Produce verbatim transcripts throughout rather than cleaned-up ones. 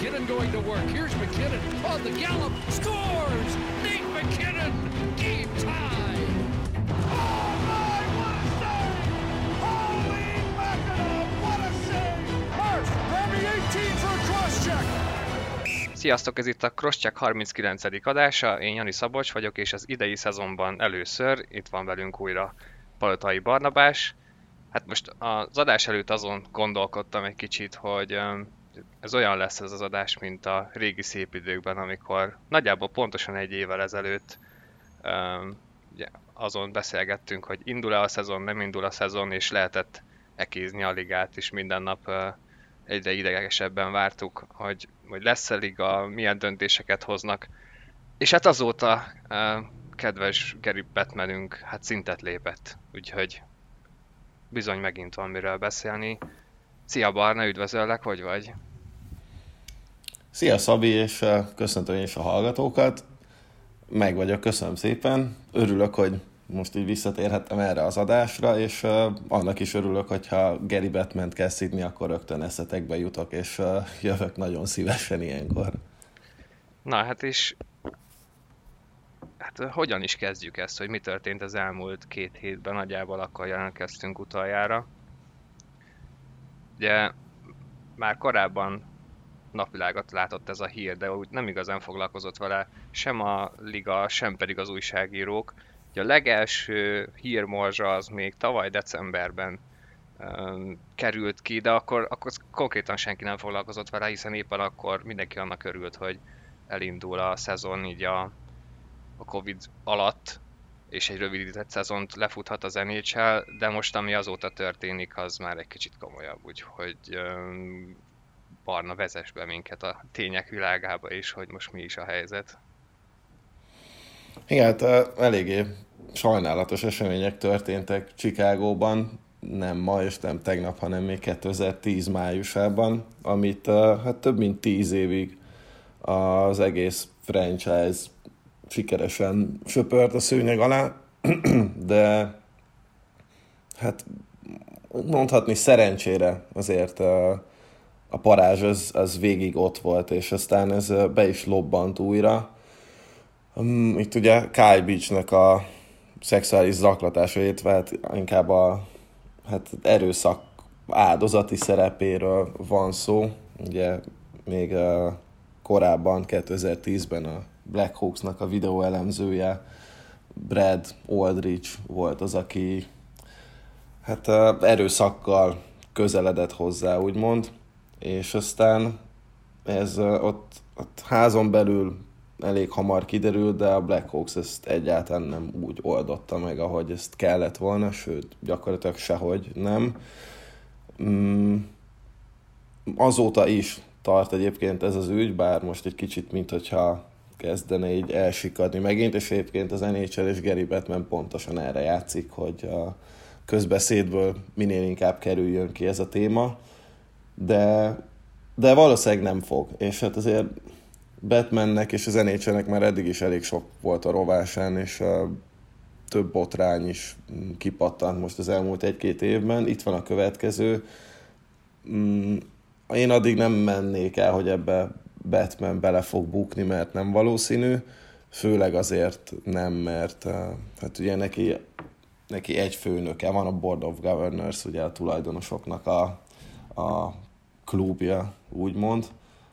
McKinnon going to work. Here's McKinnon on the gallop. Scores! Nate McKinnon! Game tie! Oh my, what a save! Holy mackerel, what a save! Murph, grab the eighteen for a cross-check! Sziasztok, ez itt a Crosscheck harminckilencedik adása, én Jani Szabolcs vagyok, és az idei szezonban először itt van velünk újra Palotai Barnabás. Hát most az adás előtt azon gondolkodtam egy kicsit, hogy ez olyan lesz ez az adás, mint a régi szép időkben, amikor nagyjából pontosan egy évvel ezelőtt ugye, azon beszélgettünk, hogy indul-e a szezon, nem indul a szezon, és lehetett ekézni a ligát, és minden nap egyre idegesebben vártuk, hogy, hogy lesz-e liga, milyen döntéseket hoznak. És hát azóta kedves Gary Bettmanünk hát szintet lépett, úgyhogy bizony megint van miről beszélni. Szia Barna, üdvözöllek, hogy vagy? Szia Szabi, és köszöntöm én is a hallgatókat. Meg vagyok, köszönöm szépen. Örülök, hogy most így visszatérhettem erre az adásra, és uh, annak is örülök, hogyha Gary Bettmant kell szidni, akkor rögtön eszetekbe jutok, és uh, jövök nagyon szívesen ilyenkor. Na hát és hát hogyan is kezdjük ezt, hogy mi történt az elmúlt két hétben, nagyjából akkor jelentkeztünk utoljára. Ugye már korábban napvilágot látott ez a hír, de úgy nem igazán foglalkozott vele sem a liga, sem pedig az újságírók. Ugye a legelső hírmorzsa az még tavaly decemberben um, került ki, de akkor, akkor konkrétan senki nem foglalkozott vele, hiszen éppen akkor mindenki annak örült, hogy elindul a szezon így a, a Covid alatt, és egy rövidített szezont lefuthat az en há el, de most ami azóta történik, az már egy kicsit komolyabb, úgyhogy um, Barna, vezess be minket a tények világába is, hogy most mi is a helyzet. Igen, hát eléggé sajnálatos események történtek Chicagóban, nem ma és nem tegnap, hanem még kétezer-tíz májusában, amit hát több mint tíz évig az egész franchise sikeresen söpört a szőnyeg alá, de hát mondhatni szerencsére azért a parázs az, az végig ott volt, és aztán ez be is lobbant újra. Itt ugye Kyle Beachnek a szexuális zaklatása, illetve inkább a hát erőszak áldozati szerepéről van szó. Ugye még uh, korábban, kétezer-tízben a Black Hawksnak a videó elemzője Brad Aldridge volt az, aki hát uh, erőszakkal közeledett hozzá, úgymond. És aztán ez uh, ott, ott házon belül elég hamar kiderült, de a Black Hawks ezt egyáltalán nem úgy oldotta meg, ahogy ezt kellett volna, sőt, gyakorlatilag sehogy nem. Mm, azóta is tart egyébként ez az ügy, bár most egy kicsit, minthogyha kezdene így elsikadni megint, és egyébként az en há el és Gary Bettman pontosan erre játszik, hogy a közbeszédből minél inkább kerüljön ki ez a téma, de, de valószínűleg nem fog, és hát azért Bettmannek és az en há el-nek már eddig is elég sok volt a rovásán, és uh, több botrány is kipattant most az elmúlt egy-két évben. Itt van a következő. Mm, én addig nem mennék el, hogy ebbe Bettman bele fog bukni, mert nem valószínű. Főleg azért nem, mert uh, hát ugye neki, neki egy főnöke van, a Board of Governors, ugye a tulajdonosoknak a, a klubja, úgymond,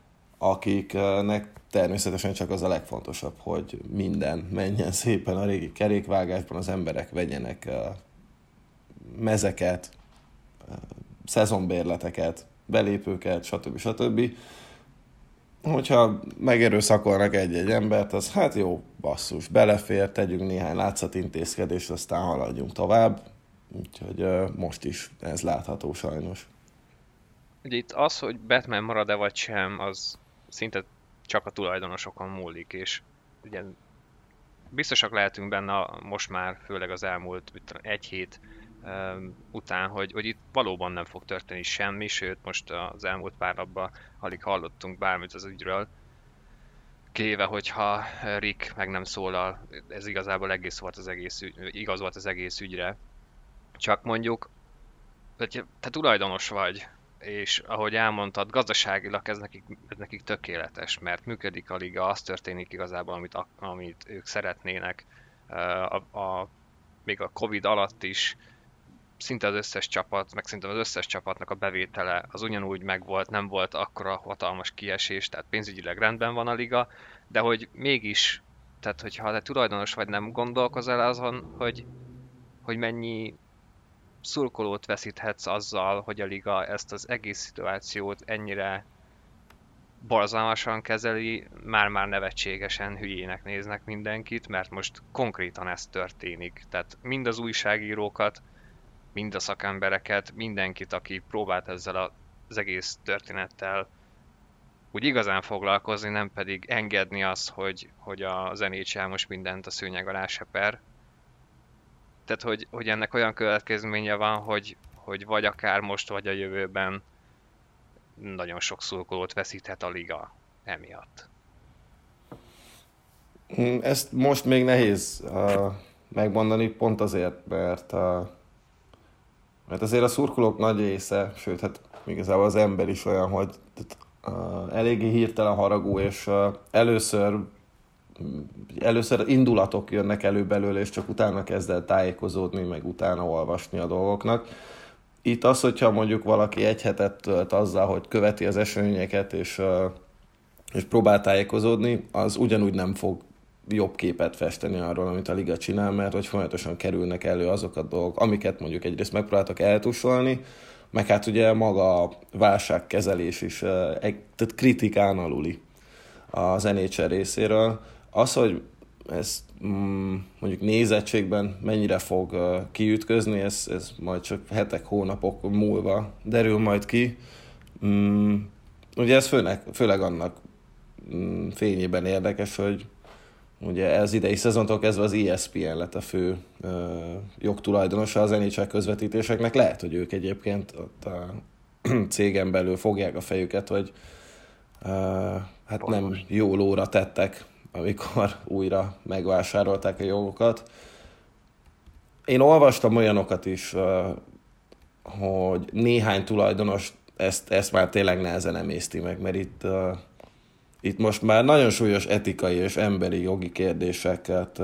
akiknek természetesen csak az a legfontosabb, hogy minden menjen szépen a régi kerékvágásban, az emberek vegyenek mezeket, szezonbérleteket, belépőket, stb. stb. Hogyha megerőszakolnak egy-egy embert, az hát jó, basszus, belefér, tegyünk néhány látszatintézkedést, aztán haladjunk tovább. Úgyhogy most is ez látható sajnos. Ugye itt az, hogy Bettman marad-e vagy sem, az szinte csak a tulajdonosokon múlik, és ugye biztosak lehetünk benne most már, főleg az elmúlt egy hét um, után, hogy, hogy itt valóban nem fog történni semmi, sőt most az elmúlt pár napban alig hallottunk bármit az ügyről. Kivéve, hogyha Rick meg nem szólal, ez igazából egész volt az egész ügy, igaz volt az egész ügyre. Csak mondjuk, hogy te tulajdonos vagy, és ahogy elmondtad, gazdaságilag ez nekik, ez nekik tökéletes, mert működik a liga, az történik igazából, amit, amit ők szeretnének. A, a, még a Covid alatt is szinte az összes csapat, meg szerintem az összes csapatnak a bevétele az ugyanúgy megvolt, nem volt akkora hatalmas kiesés, tehát pénzügyileg rendben van a liga, de hogy mégis, tehát hogyha te tulajdonos vagy, nem gondolkozol azon, hogy, hogy mennyi szurkolót veszíthetsz azzal, hogy a liga ezt az egész szituációt ennyire borzalmasan kezeli, már-már nevetségesen hülyének néznek mindenkit, mert most konkrétan ez történik. Tehát mind az újságírókat, mind a szakembereket, mindenkit, aki próbált ezzel az egész történettel úgy igazán foglalkozni, nem pedig engedni azt, hogy, hogy az en há el most mindent a szőnyeg alá seper. Tehát, hogy, hogy ennek olyan következménye van, hogy, hogy vagy akár most, vagy a jövőben nagyon sok szurkolót veszíthet a liga emiatt. Ezt most még nehéz uh, megmondani, pont azért, mert, uh, mert azért a szurkolók nagy része, sőt, hát igazából az ember is olyan, hogy uh, eléggé hirtelen haragú, és uh, először először indulatok jönnek elő belőle, és csak utána kezd el tájékozódni, meg utána olvasni a dolgoknak. Itt az, hogyha mondjuk valaki egy hetet tölt azzal, hogy követi az eseményeket, és, és próbál tájékozódni, az ugyanúgy nem fog jobb képet festeni arról, amit a liga csinál, mert hogy folyamatosan kerülnek elő azok a dolgok, amiket mondjuk egyrészt megpróbáltak eltusolni, meg hát ugye maga a válságkezelés is tehát kritikán aluli az en há el részéről. Az, hogy ez mm, mondjuk nézettségben mennyire fog uh, kiütközni, ez, ez majd csak hetek, hónapok múlva derül majd ki. Mm, ugye ez főleg, főleg annak mm, fényében érdekes, hogy ugye ez idei szezontól kezdve az é es pé en lett a fő uh, jogtulajdonosa az en há el közvetítéseknek. Lehet, hogy ők egyébként ott a cégen belül fogják a fejüket, hogy uh, hát nem jó lóra tettek, amikor újra megvásárolták a jogokat. Én olvastam olyanokat is, hogy néhány tulajdonos ezt, ezt már tényleg nehezen emészti meg, mert itt, itt most már nagyon súlyos etikai és emberi jogi kérdéseket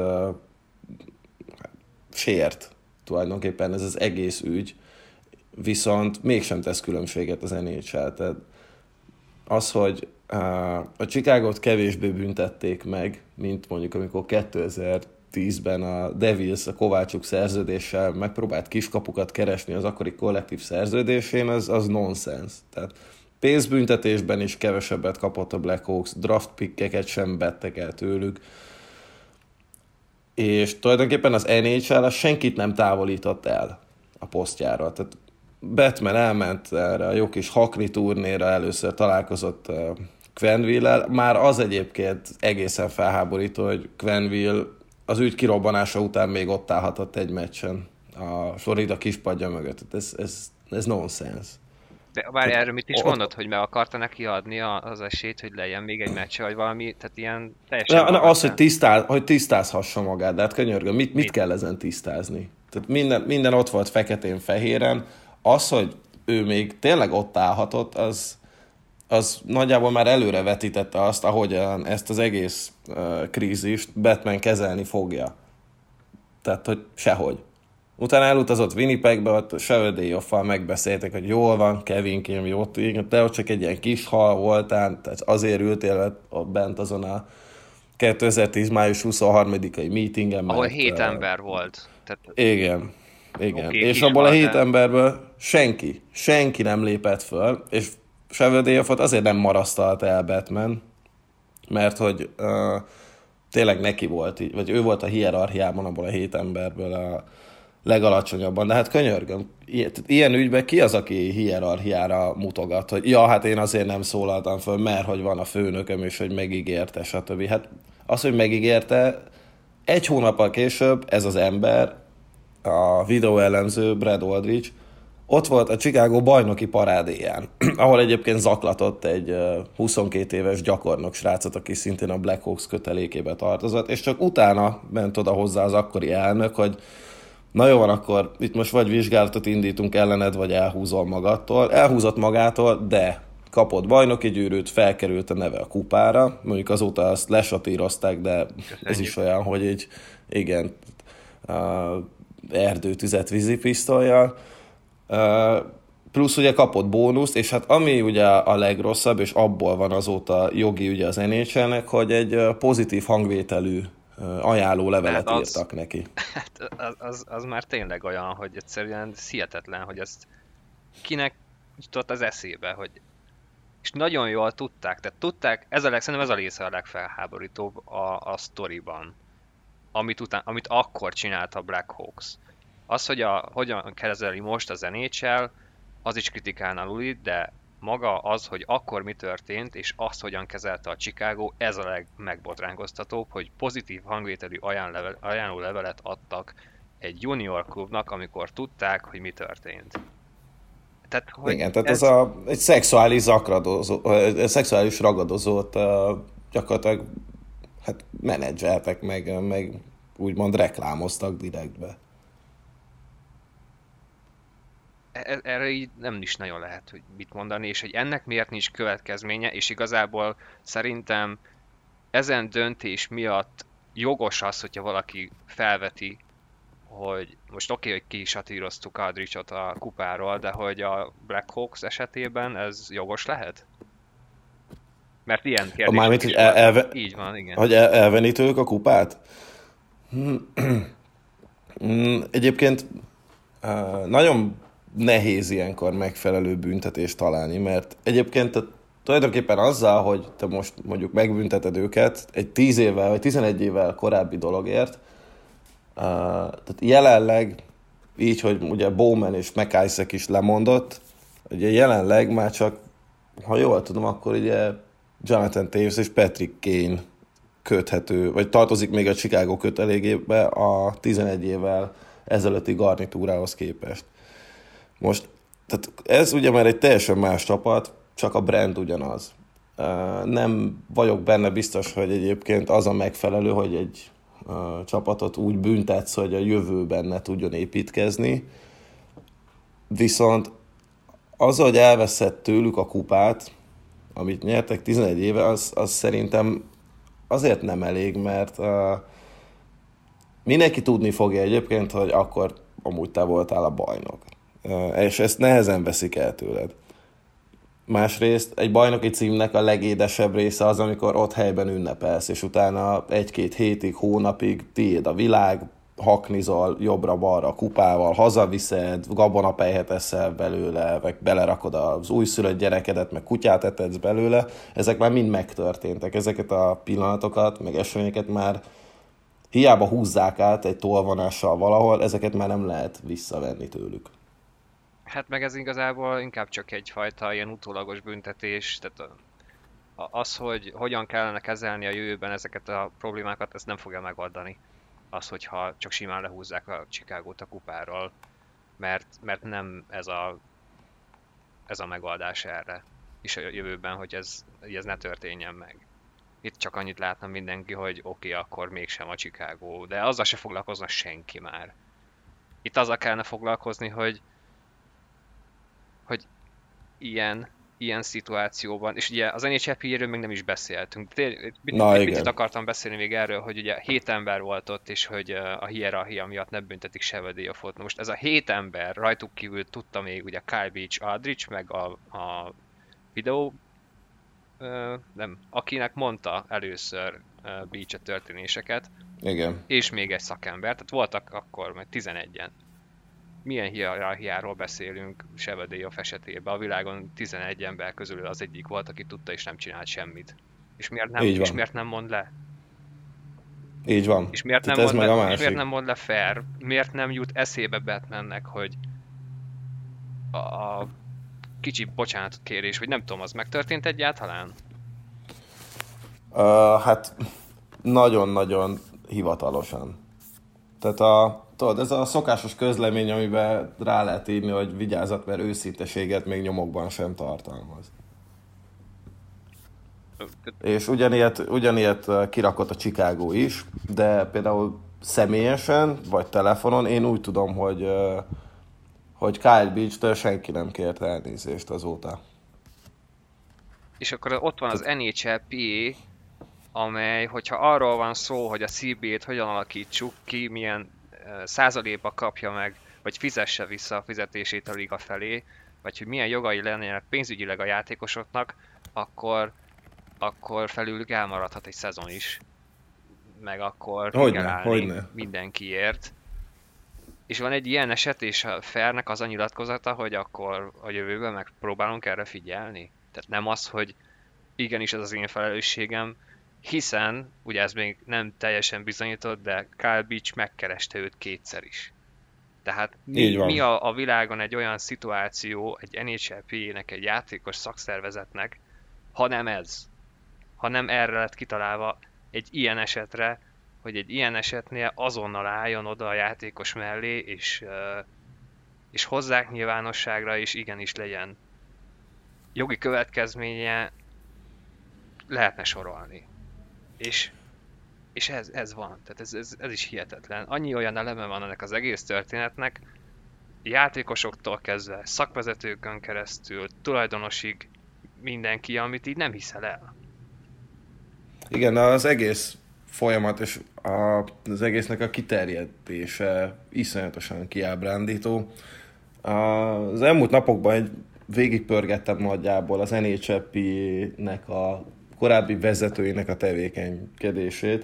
sért tulajdonképpen ez az egész ügy, viszont mégsem tesz különbséget az en há el. Tehát az, hogy a Chicagót kevésbé büntették meg, mint mondjuk amikor kétezer-tízben a Devils a Kovácsuk szerződéssel megpróbált kiskapukat keresni az akkori kollektív szerződésén, az, az nonsens. Tehát pénzbüntetésben is kevesebbet kapott a Blackhawks, draft pickeket sem vettek el tőlük, és tulajdonképpen az en há el senkit nem távolított el a posztjára. Tehát Batman elment erre a jó kis Hackney turnéra, először találkozott Quenneville-el. Már az egyébként egészen felháborító, hogy Quenneville az ügy kirobbanása után még ott állhatott egy meccsen a Florida kispadja mögött. Ez, ez, ez nonsens. De várj, erről mit is mondod, hogy meg akarta neki adni az esélyt, hogy legyen még egy meccs, vagy valami, tehát ilyen teljesen... Ja, az, hogy, tisztáz, hogy tisztázhassa magát, de hát könyörgöm, mit, mit kell ezen tisztázni? Tehát minden, minden ott volt feketén-fehéren. Az, hogy ő még tényleg ott állhatott, az, az nagyjából már előre vetítette azt, ahogyan ezt az egész uh, krízist Batman kezelni fogja. Tehát, hogy sehogy. Utána elutazott Winnipegbe, ott Sövödéjoffal megbeszéltek, hogy jól van, Kevinkém, jót ír, de ott csak egy ilyen kis hal voltál, tehát azért ültél ott bent azon a kétezer-tíz május huszonharmadikai meetingen. Ahol mert, hét uh, ember volt. Tehát... Igen. Igen, okay, és abból a hét de... emberből senki, senki nem lépett föl, és Sövödéjoffot azért nem marasztalt el Batman, mert hogy uh, tényleg neki volt, vagy ő volt a hierarchiában abból a hét emberből a legalacsonyabban, de hát könyörgöm, ilyen ügyben ki az, aki hierarchiára mutogat, hogy ja, hát én azért nem szólaltam föl, mert hogy van a főnököm, és hogy megígérte, stb. Hát az, hogy megígérte, egy hónappal később ez az ember, a videóelemző Brad Aldrich, ott volt a Chicago bajnoki parádéján, ahol egyébként zaklatott egy huszonkét éves gyakornok srácot, aki szintén a Blackhawks kötelékébe tartozott, és csak utána ment oda hozzá az akkori elnök, hogy na jó van, akkor itt most vagy vizsgálatot indítunk ellened, vagy elhúzol magadtól. Elhúzott magától, de kapott bajnoki gyűrűt, felkerült a neve a kupára, mondjuk azóta azt lesatírozták, de Köszönjük. ez is olyan, hogy így, igen, uh, erdőtüzet vízipisztollyal. Uh, plusz ugye kapott bónuszt, és hát ami ugye a legrosszabb, és abból van azóta jogi ugye az en há el-nek, hogy egy pozitív hangvételű ajánló levelet az, írtak neki. Hát az, az, az már tényleg olyan, hogy egyszerűen hihetetlen, hogy ezt kinek jutott az eszébe, hogy és nagyon jól tudták, tehát tudták, ez a leg, szerintem ez a része a legfelháborítóbb a, a sztoriban, amit, után, amit akkor csinált a Black Hawks. Az, hogy a, hogyan kezeli most az en há el, az is kritikálna Lulit, de maga az, hogy akkor mi történt, és azt, hogyan kezelte a Chicago, ez a legmegbotránkoztatóbb, hogy pozitív hangvételű ajánló levelet adtak egy junior klubnak, amikor tudták, hogy mi történt. Tehát, hogy igen, tehát ez az a, egy szexuális zakradozó, egy szexuális ragadozót uh, gyakorlatilag hát menedzseltek, meg, meg úgymond reklámoztak direktbe. Erre így nem is nagyon lehet, hogy mit mondani, és hogy ennek miért nincs következménye, és igazából szerintem ezen döntés miatt jogos az, hogyha valaki felveti, hogy most oké, okay, hogy ki is satíroztuk Aldridge-ot a kupáról, de hogy a Black Hawks esetében ez jogos lehet? Mert ilyen kérdés. Mármint, hogy el, elve... Így van, igen. Hogy el, elvenik ők a kupát? Egyébként nagyon nehéz ilyenkor megfelelő büntetést találni, mert egyébként tulajdonképpen azzal, hogy te most mondjuk megbünteted őket egy tíz évvel vagy tizenegy évvel korábbi dologért, Uh, tehát jelenleg, így, hogy ugye Bowman és McIsaac is lemondott, ugye jelenleg már csak, ha jól tudom, akkor ugye Jonathan Taves és Patrick Kane köthető, vagy tartozik még a Chicago kötelékébe a tizenegy évvel ezelőtti garnitúrához képest. Most, tehát ez ugye már egy teljesen más csapat, csak a brand ugyanaz. Uh, nem vagyok benne biztos, hogy egyébként az a megfelelő, hogy egy a csapatot úgy büntetsz, hogy a jövőben ne tudjon építkezni. Viszont az, hogy elveszett tőlük a kupát, amit nyertek tizenegy éve, az, az szerintem azért nem elég, mert uh, mindenki tudni fogja egyébként, hogy akkor amúgy te voltál a bajnok. Uh, és ezt nehezen veszik el tőled. Másrészt egy bajnoki címnek a legédesebb része az, amikor ott helyben ünnepelsz, és utána egy-két hétig, hónapig tiéd a világ, haknizol jobbra-balra kupával, hazaviszed, gabonapelyhet eszel belőle, meg belerakod az újszülött gyerekedet, meg kutyát etetsz belőle. Ezek már mind megtörténtek. Ezeket a pillanatokat, meg eseményeket már hiába húzzák át egy tolvonással valahol, ezeket már nem lehet visszavenni tőlük. Hát meg ez igazából inkább csak egyfajta ilyen utólagos büntetés, tehát az, hogy hogyan kellene kezelni a jövőben ezeket a problémákat, ezt nem fogja megoldani. Az, hogyha csak simán lehúzzák a Chicagót a kupáról, mert, mert nem ez a, ez a megoldás erre. És a jövőben, hogy ez, hogy ez ne történjen meg. Itt csak annyit látna mindenki, hogy oké, okay, akkor mégsem a Chicago, de azzal se foglalkozna senki már. Itt azzal kellene foglalkozni, hogy hogy ilyen, ilyen szituációban, és ugye az en há el pé-ről még nem is beszéltünk. Egy picit akartam beszélni még erről, hogy ugye hét ember volt ott, és hogy a hierarchia miatt ne büntetik Sheveldejofot. Na most ez a hét ember, rajtuk kívül tudta még ugye Kyle Beach, Aldridge, meg a, a videó, nem, akinek mondta először Beach a történéseket. Igen. És még egy szakember, tehát voltak akkor majd tizenegyen. Milyen hierarchiáról beszélünk Sheveldayoff esetében? A világon tizenegy ember közül az egyik volt, aki tudta és nem csinált semmit. És miért nem, és miért nem mond le? Így van. És miért, nem mond le, és miért nem mond le fair? Miért nem jut eszébe Batmannek, hogy a, a kicsi bocsánatot kérés, hogy nem tudom, az megtörtént egyáltalán? Uh, hát nagyon-nagyon hivatalosan. Tehát a Tudod, ez a szokásos közlemény, amiben rá lehet írni, hogy vigyázzat, mert őszinteséget még nyomokban sem tartalmaz. És ugyanilyet, ugyanilyet kirakott a Chicago is, de például személyesen, vagy telefonon, én úgy tudom, hogy, hogy Kyle Beach-től senki nem kért elnézést azóta. És akkor ott van az en há el pé á, amely, hogyha arról van szó, hogy a cé bé-t hogyan alakítsuk ki, milyen uh, százalékba kapja meg, vagy fizesse vissza a fizetését a liga felé, vagy hogy milyen jogai lennének pénzügyileg a játékosoknak, akkor, akkor felülük elmaradhat egy szezon is. Meg akkor hogyne, kell állni hogyne. mindenkiért. És van egy ilyen eset, és a Fairnek az a nyilatkozata, hogy akkor a jövőben megpróbálunk erre figyelni. Tehát nem az, hogy igenis ez az én felelősségem, hiszen, ugye ez még nem teljesen bizonyított, de Kyle Beach megkereste őt kétszer is. Tehát mi, mi a, a világon egy olyan szituáció, egy en há el pé á-nek, egy játékos szakszervezetnek, ha nem ez, ha nem erre lett kitalálva egy ilyen esetre, hogy egy ilyen esetnél azonnal álljon oda a játékos mellé, és, és hozzák nyilvánosságra, és igenis legyen jogi következménye, lehetne sorolni. És, és ez, ez van, tehát ez, ez, ez is hihetetlen. Annyi olyan eleme van ennek az egész történetnek, játékosoktól kezdve, szakvezetőkön keresztül, tulajdonosig, mindenki, amit így nem hiszel el. Igen, az egész folyamat és a, az egésznek a kiterjedése iszonyatosan kiábrándító. Az elmúlt napokban egy végigpörgettem nagyjából az en há el pé á-nek a korábbi vezetőinek a tevékenykedését,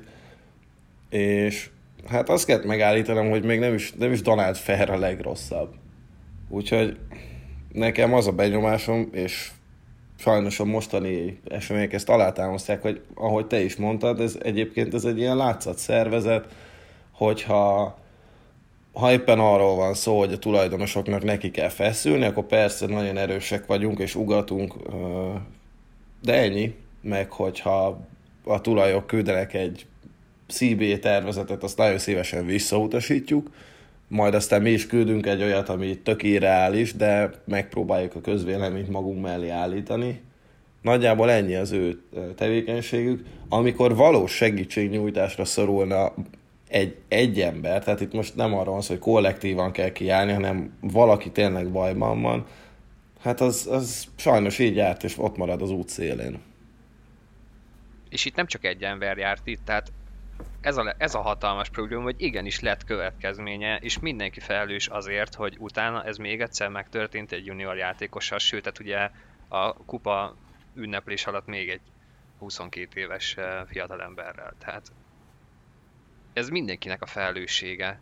és hát azt kellett megállítanom, hogy még nem is, nem is Donald Fair a legrosszabb. Úgyhogy nekem az a benyomásom, és sajnos a mostani események ezt alátámasztják, hogy ahogy te is mondtad, ez egyébként ez egy ilyen látszat szervezet, hogyha ha éppen arról van szó, hogy a tulajdonosoknak neki kell feszülni, akkor persze nagyon erősek vagyunk és ugatunk, de ennyi, meg hogyha a tulajok küldenek egy cé bé tervezetet, azt nagyon szívesen visszautasítjuk, majd aztán mi is küldünk egy olyat, ami tök irreális, de megpróbáljuk a közvéleményt magunk mellé állítani. Nagyjából ennyi az ő tevékenységük. Amikor valós segítségnyújtásra szorulna egy, egy ember, tehát itt most nem arról van szó, hogy kollektívan kell kiállni, hanem valaki tényleg bajban van, hát az, az sajnos így járt, és ott marad az út szélén. És itt nem csak egy ember járt itt, tehát ez a, ez a hatalmas probléma, hogy igenis lett következménye, és mindenki felelős azért, hogy utána ez még egyszer megtörtént egy junior játékossal, sőt, tehát ugye a kupa ünneplés alatt még egy huszonkét éves fiatalemberrel. Tehát ez mindenkinek a felelőssége.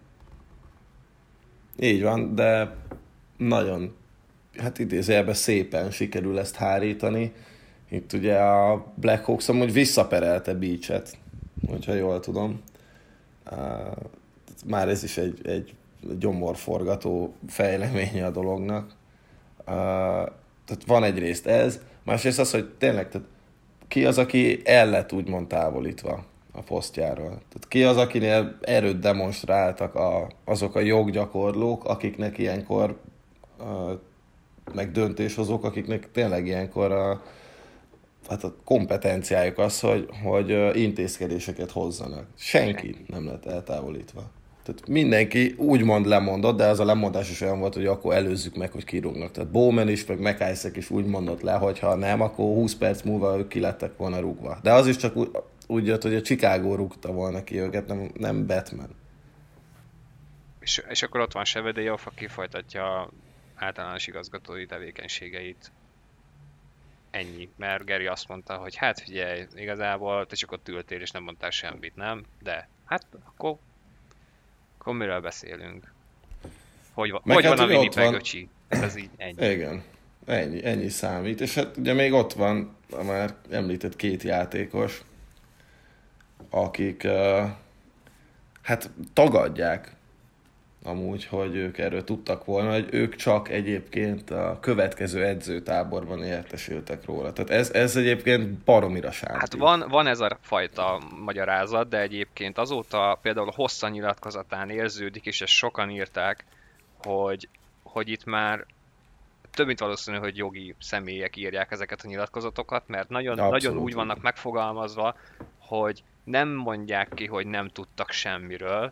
Így van, de nagyon, hát idézőjelben szépen sikerül ezt hárítani. Itt ugye a Black Hawks amúgy visszaperelte Beach-et, hogyha jól tudom. Uh, már ez is egy, egy gyomorforgató fejleménye a dolognak. Uh, tehát van egyrészt ez, másrészt az, hogy tényleg tehát ki az, aki el lett úgymond távolítva a posztjáról. Tehát ki az, akinél erőt demonstráltak a, azok a joggyakorlók, akiknek ilyenkor uh, meg döntéshozók, akiknek tényleg ilyenkor a hát a kompetenciájuk az, hogy, hogy intézkedéseket hozzanak. Senki nem lett eltávolítva. Tehát mindenki úgymond lemondott, de az a lemondás is olyan volt, hogy akkor előzzük meg, hogy kirúgnak. Tehát Bowman is, meg McIsaac is úgy mondott le, hogy ha nem, akkor húsz perc múlva ők ki lettek volna rúgva. De az is csak úgy, úgy jött, hogy a Chicago rúgta volna ki őket, nem, nem Batman. És, és akkor ott van Sevedejoff, aki folytatja általános igazgatói tevékenységeit. Ennyi, mert Gary azt mondta, hogy hát figyelj, igazából te csak ott ültél és nem mondtál semmit, nem? De hát akkor, akkor miről beszélünk? Hogy, va, hogy hát van a Winnipeg öcsi? Ez, ez így ennyi. Igen, ennyi, ennyi számít. És hát ugye még ott van a már említett két játékos, akik uh, hát tagadják amúgy, hogy ők erről tudtak volna, hogy ők csak egyébként a következő edzőtáborban értesültek róla. Tehát ez, ez egyébként baromira sánti. Hát van, van ez a fajta magyarázat, de egyébként azóta például a hosszan nyilatkozatán érződik, és ezt sokan írták, hogy, hogy itt már több mint valószínű, hogy jogi személyek írják ezeket a nyilatkozatokat, mert nagyon, nagyon úgy vannak megfogalmazva, hogy nem mondják ki, hogy nem tudtak semmiről,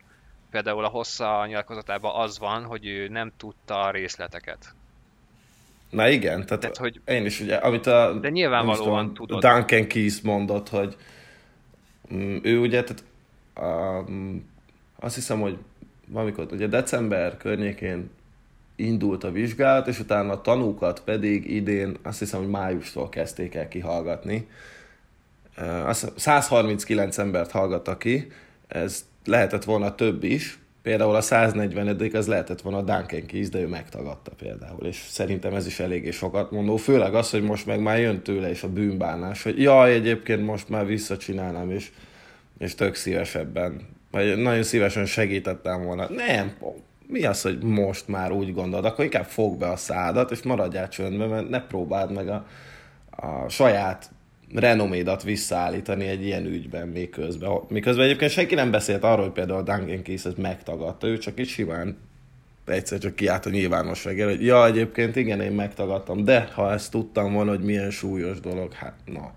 például a hossza nyilatkozatában az van, hogy ő nem tudta a részleteket. Na igen, tehát, tehát hogy én is ugye, amit a, de nyilvánvalóan tudom, tudod. Duncan Keith mondott, hogy mm, ő ugye, tehát um, azt hiszem, hogy valamikor ugye december környékén indult a vizsgálat, és utána a tanúkat pedig idén, azt hiszem, hogy májustól kezdték el kihallgatni. száz harminckilenc embert hallgattak ki, ez lehetett volna több is, például a száznegyvenedik az lehetett volna a Duncan Keith, de ő megtagadta például, és szerintem ez is eléggé sokat mondó, főleg az, hogy most meg már jön tőle is a bűnbánás, hogy jaj, egyébként most már visszacsinálnám, és, és tök szívesebben, vagy nagyon szívesen segítettem volna. Nem, mi az, hogy most már úgy gondolod, akkor inkább fogd be a szádat, és maradjál csöndben, mert ne próbáld meg a, a saját renomédat visszaállítani egy ilyen ügyben még közben. Miközben egyébként senki nem beszélt arról, hogy például a Duncan Keith ezt megtagadta, ő csak így simán egyszer csak kiállt a nyilvánosságra, hogy ja, egyébként igen, én megtagadtam, de ha ezt tudtam volna, hogy milyen súlyos dolog, hát na.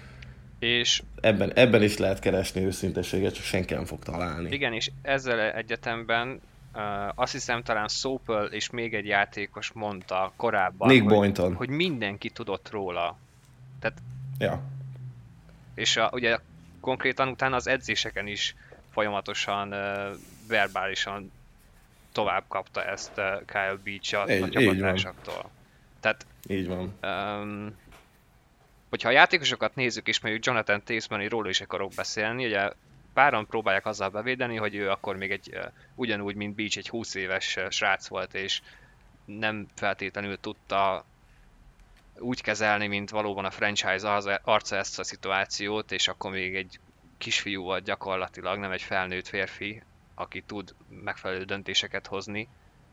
És ebben, ebben is lehet keresni őszinteséget, csak senki nem fog találni. Igen, és ezzel egyetemben uh, azt hiszem talán Sopel és még egy játékos mondta korábban, Nick hogy, Boynton. hogy mindenki tudott róla. Tehát, ja. És a, ugye konkrétan utána az edzéseken is folyamatosan, uh, verbálisan tovább kapta ezt uh, Kyle Beach a, így, a csapattársaktól. Tehát, így van. Um, hogyha a játékosokat nézzük, és mondjuk Jonathan Taysman, róla is akarok beszélni, ugye páran próbálják azzal bevédeni, hogy ő akkor még egy uh, ugyanúgy, mint Beach, egy húsz éves uh, srác volt, és nem feltétlenül tudta úgy kezelni, mint valóban a franchise arca ezt a szituációt, és akkor még egy kisfiú volt gyakorlatilag, nem egy felnőtt férfi, aki tud megfelelő döntéseket hozni,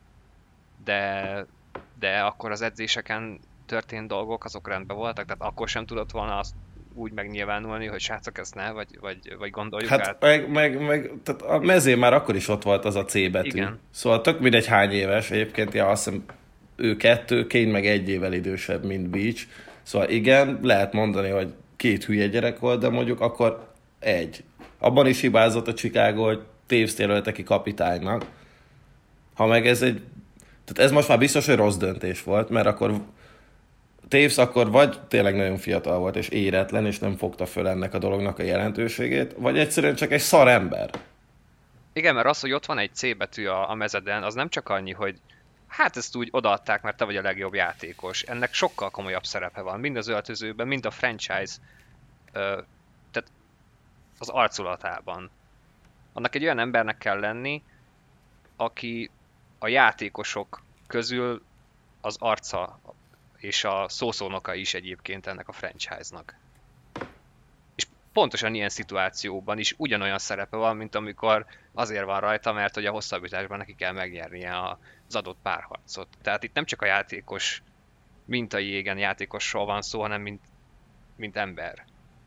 de, de akkor az edzéseken történt dolgok, azok rendben voltak, tehát akkor sem tudott volna azt úgy megnyilvánulni, hogy srácok, ezt ne, vagy, vagy, vagy gondoljuk hát át. meg, meg, meg tehát a mezén már akkor is ott volt az a C betű. Igen. Szóval tök mindegy hány éves, egyébként ja, azt hiszem ő kettő, Kane meg egy évvel idősebb, mint Beach. Szóval igen, lehet mondani, hogy két hülye gyerek volt, de mondjuk akkor egy. Abban is hibázott a Chicago, hogy Taves jelölte ki kapitánynak. Ha meg ez egy... Tehát ez most már biztos, hogy rossz döntés volt, mert akkor Taves akkor vagy tényleg nagyon fiatal volt, és éretlen, és nem fogta föl ennek a dolognak a jelentőségét, vagy egyszerűen csak egy szar ember. Igen, mert az, hogy ott van egy C betű a, a mezeden, az nem csak annyi, hogy hát ezt úgy odaadták, mert te vagy a legjobb játékos. Ennek sokkal komolyabb szerepe van, mind az öltözőben, mind a franchise, ö, tehát az arculatában. Annak egy olyan embernek kell lenni, aki a játékosok közül az arca és a szószónoka is egyébként ennek a franchise-nak. És pontosan ilyen szituációban is ugyanolyan szerepe van, mint amikor azért van rajta, mert hogy a hosszabbításban neki kell megnyernie az adott párharcot. Tehát itt nem csak a játékos, mint a jégen játékosról van szó, hanem mint, mint ember.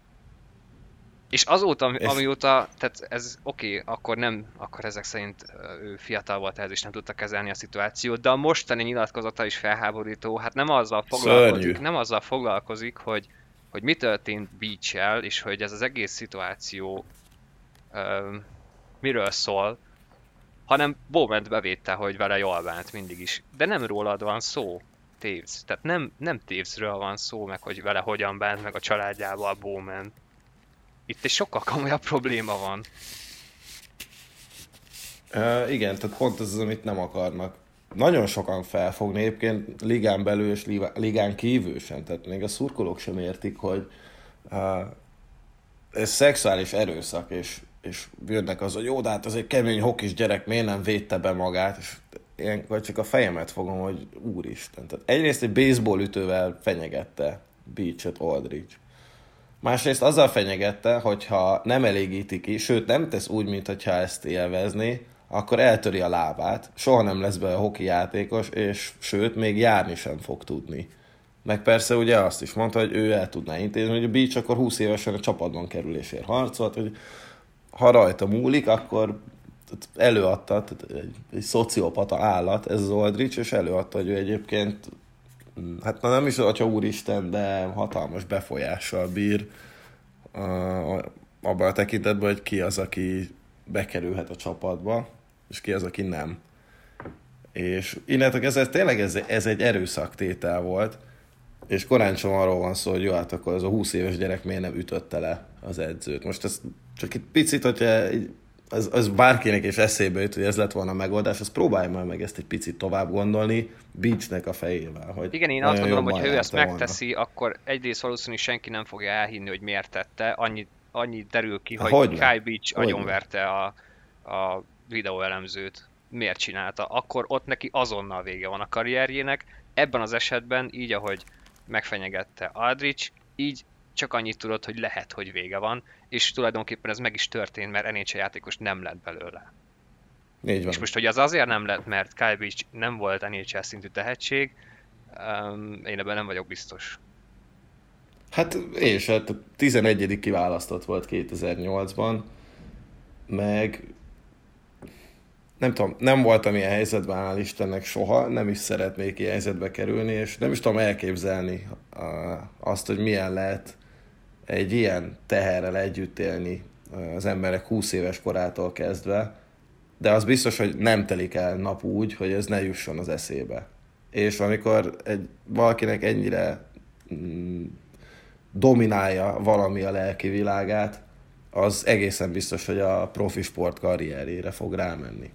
És azóta, és... amióta, tehát ez oké, okay, akkor nem, akkor ezek szerint ő fiatal volt ehhez, és nem tudta kezelni a szituációt, de a mostani nyilatkozata is felháborító, hát nem azzal foglalkozik, Szörnyű. nem azzal foglalkozik, hogy, hogy mi történt Beach-el, és hogy ez az egész szituáció um, miről szól, hanem Bowman bevédte, hogy vele jól bánt mindig is. De nem rólad van szó, Taves. Tehát nem, nem Tavesről van szó, meg hogy vele hogyan bánt, meg a családjával Bowman. Itt egy sokkal komolyabb probléma van. Uh, igen, tehát pont ez az, amit nem akarnak. Nagyon sokan felfogni, egyébként ligán belül és ligán kívül sem. Tehát még a szurkolók sem értik, hogy uh, ez szexuális erőszak, és, és jönnek az, hogy jó, de hát ez egy kemény hokis gyerek, miért nem védte be magát, és ilyenkor csak a fejemet fogom, hogy úristen. Tehát egyrészt egy baseball ütővel fenyegette Beach-et Aldridge. Másrészt azzal fenyegette, hogyha nem elégíti ki, sőt nem tesz úgy, mintha ezt élvezni, akkor eltöri a lábát, soha nem lesz be a hoki játékos, és sőt, még járni sem fog tudni. Meg persze ugye azt is mondta, hogy ő el tudná intézni, hogy a Beach akkor húsz évesen a csapatban kerülésért harcolt, hogy ha rajta múlik, akkor előadta, egy, egy szociopata állat, ez az Aldridge, és előadta, hogy ő egyébként, hát na nem is, hogyha úristen, de hatalmas befolyással bír uh, abban a tekintetben, hogy ki az, aki bekerülhet a csapatba. és ki az, aki nem. És innentől ez, ez tényleg ez, ez egy erőszaktétel volt, és korán sem arról van szó, hogy jó, hát akkor az a húsz éves gyerek miért nem ütötte le az edzőt. Most ez csak egy picit, hogyha az, az bárkinek is eszébe jut, hogy ez lett volna a megoldás, az próbálja már meg ezt egy picit tovább gondolni Beachnek a fejével. Hogy igen, én azt gondolom, hogy ha ő ezt megteszi, volna. Akkor egyrészt valószínűleg senki nem fogja elhinni, hogy miért tette. Annyi, annyi derül ki, hogy Hogyne? Kyle Beach agyonverte a, a videóelemzőt. Miért csinálta? Akkor ott neki azonnal vége van a karrierjének. Ebben az esetben, így ahogy megfenyegette Aldridge, így csak annyit tudod, hogy lehet, hogy vége van, és tulajdonképpen ez meg is történt, mert en há el játékos nem lett belőle. Így van. És most, hogy az azért nem lett, mert Kyle Beach nem volt en há el szintű tehetség, um, én ebben nem vagyok biztos. Hát és hát tizenegyedik kiválasztott volt kétezer-nyolcban, meg nem tudom, nem voltam ilyen helyzetben, hál' Istennek soha, nem is szeretnék ilyen helyzetbe kerülni, és nem is tudom elképzelni azt, hogy milyen lehet egy ilyen teherrel együtt élni az emberek húsz éves korától kezdve, de az biztos, hogy nem telik el nap úgy, hogy ez ne jusson az eszébe. És amikor egy, valakinek ennyire mm, dominálja valami a lelki világát, az egészen biztos, hogy a profi sport karrierjére fog rámenni.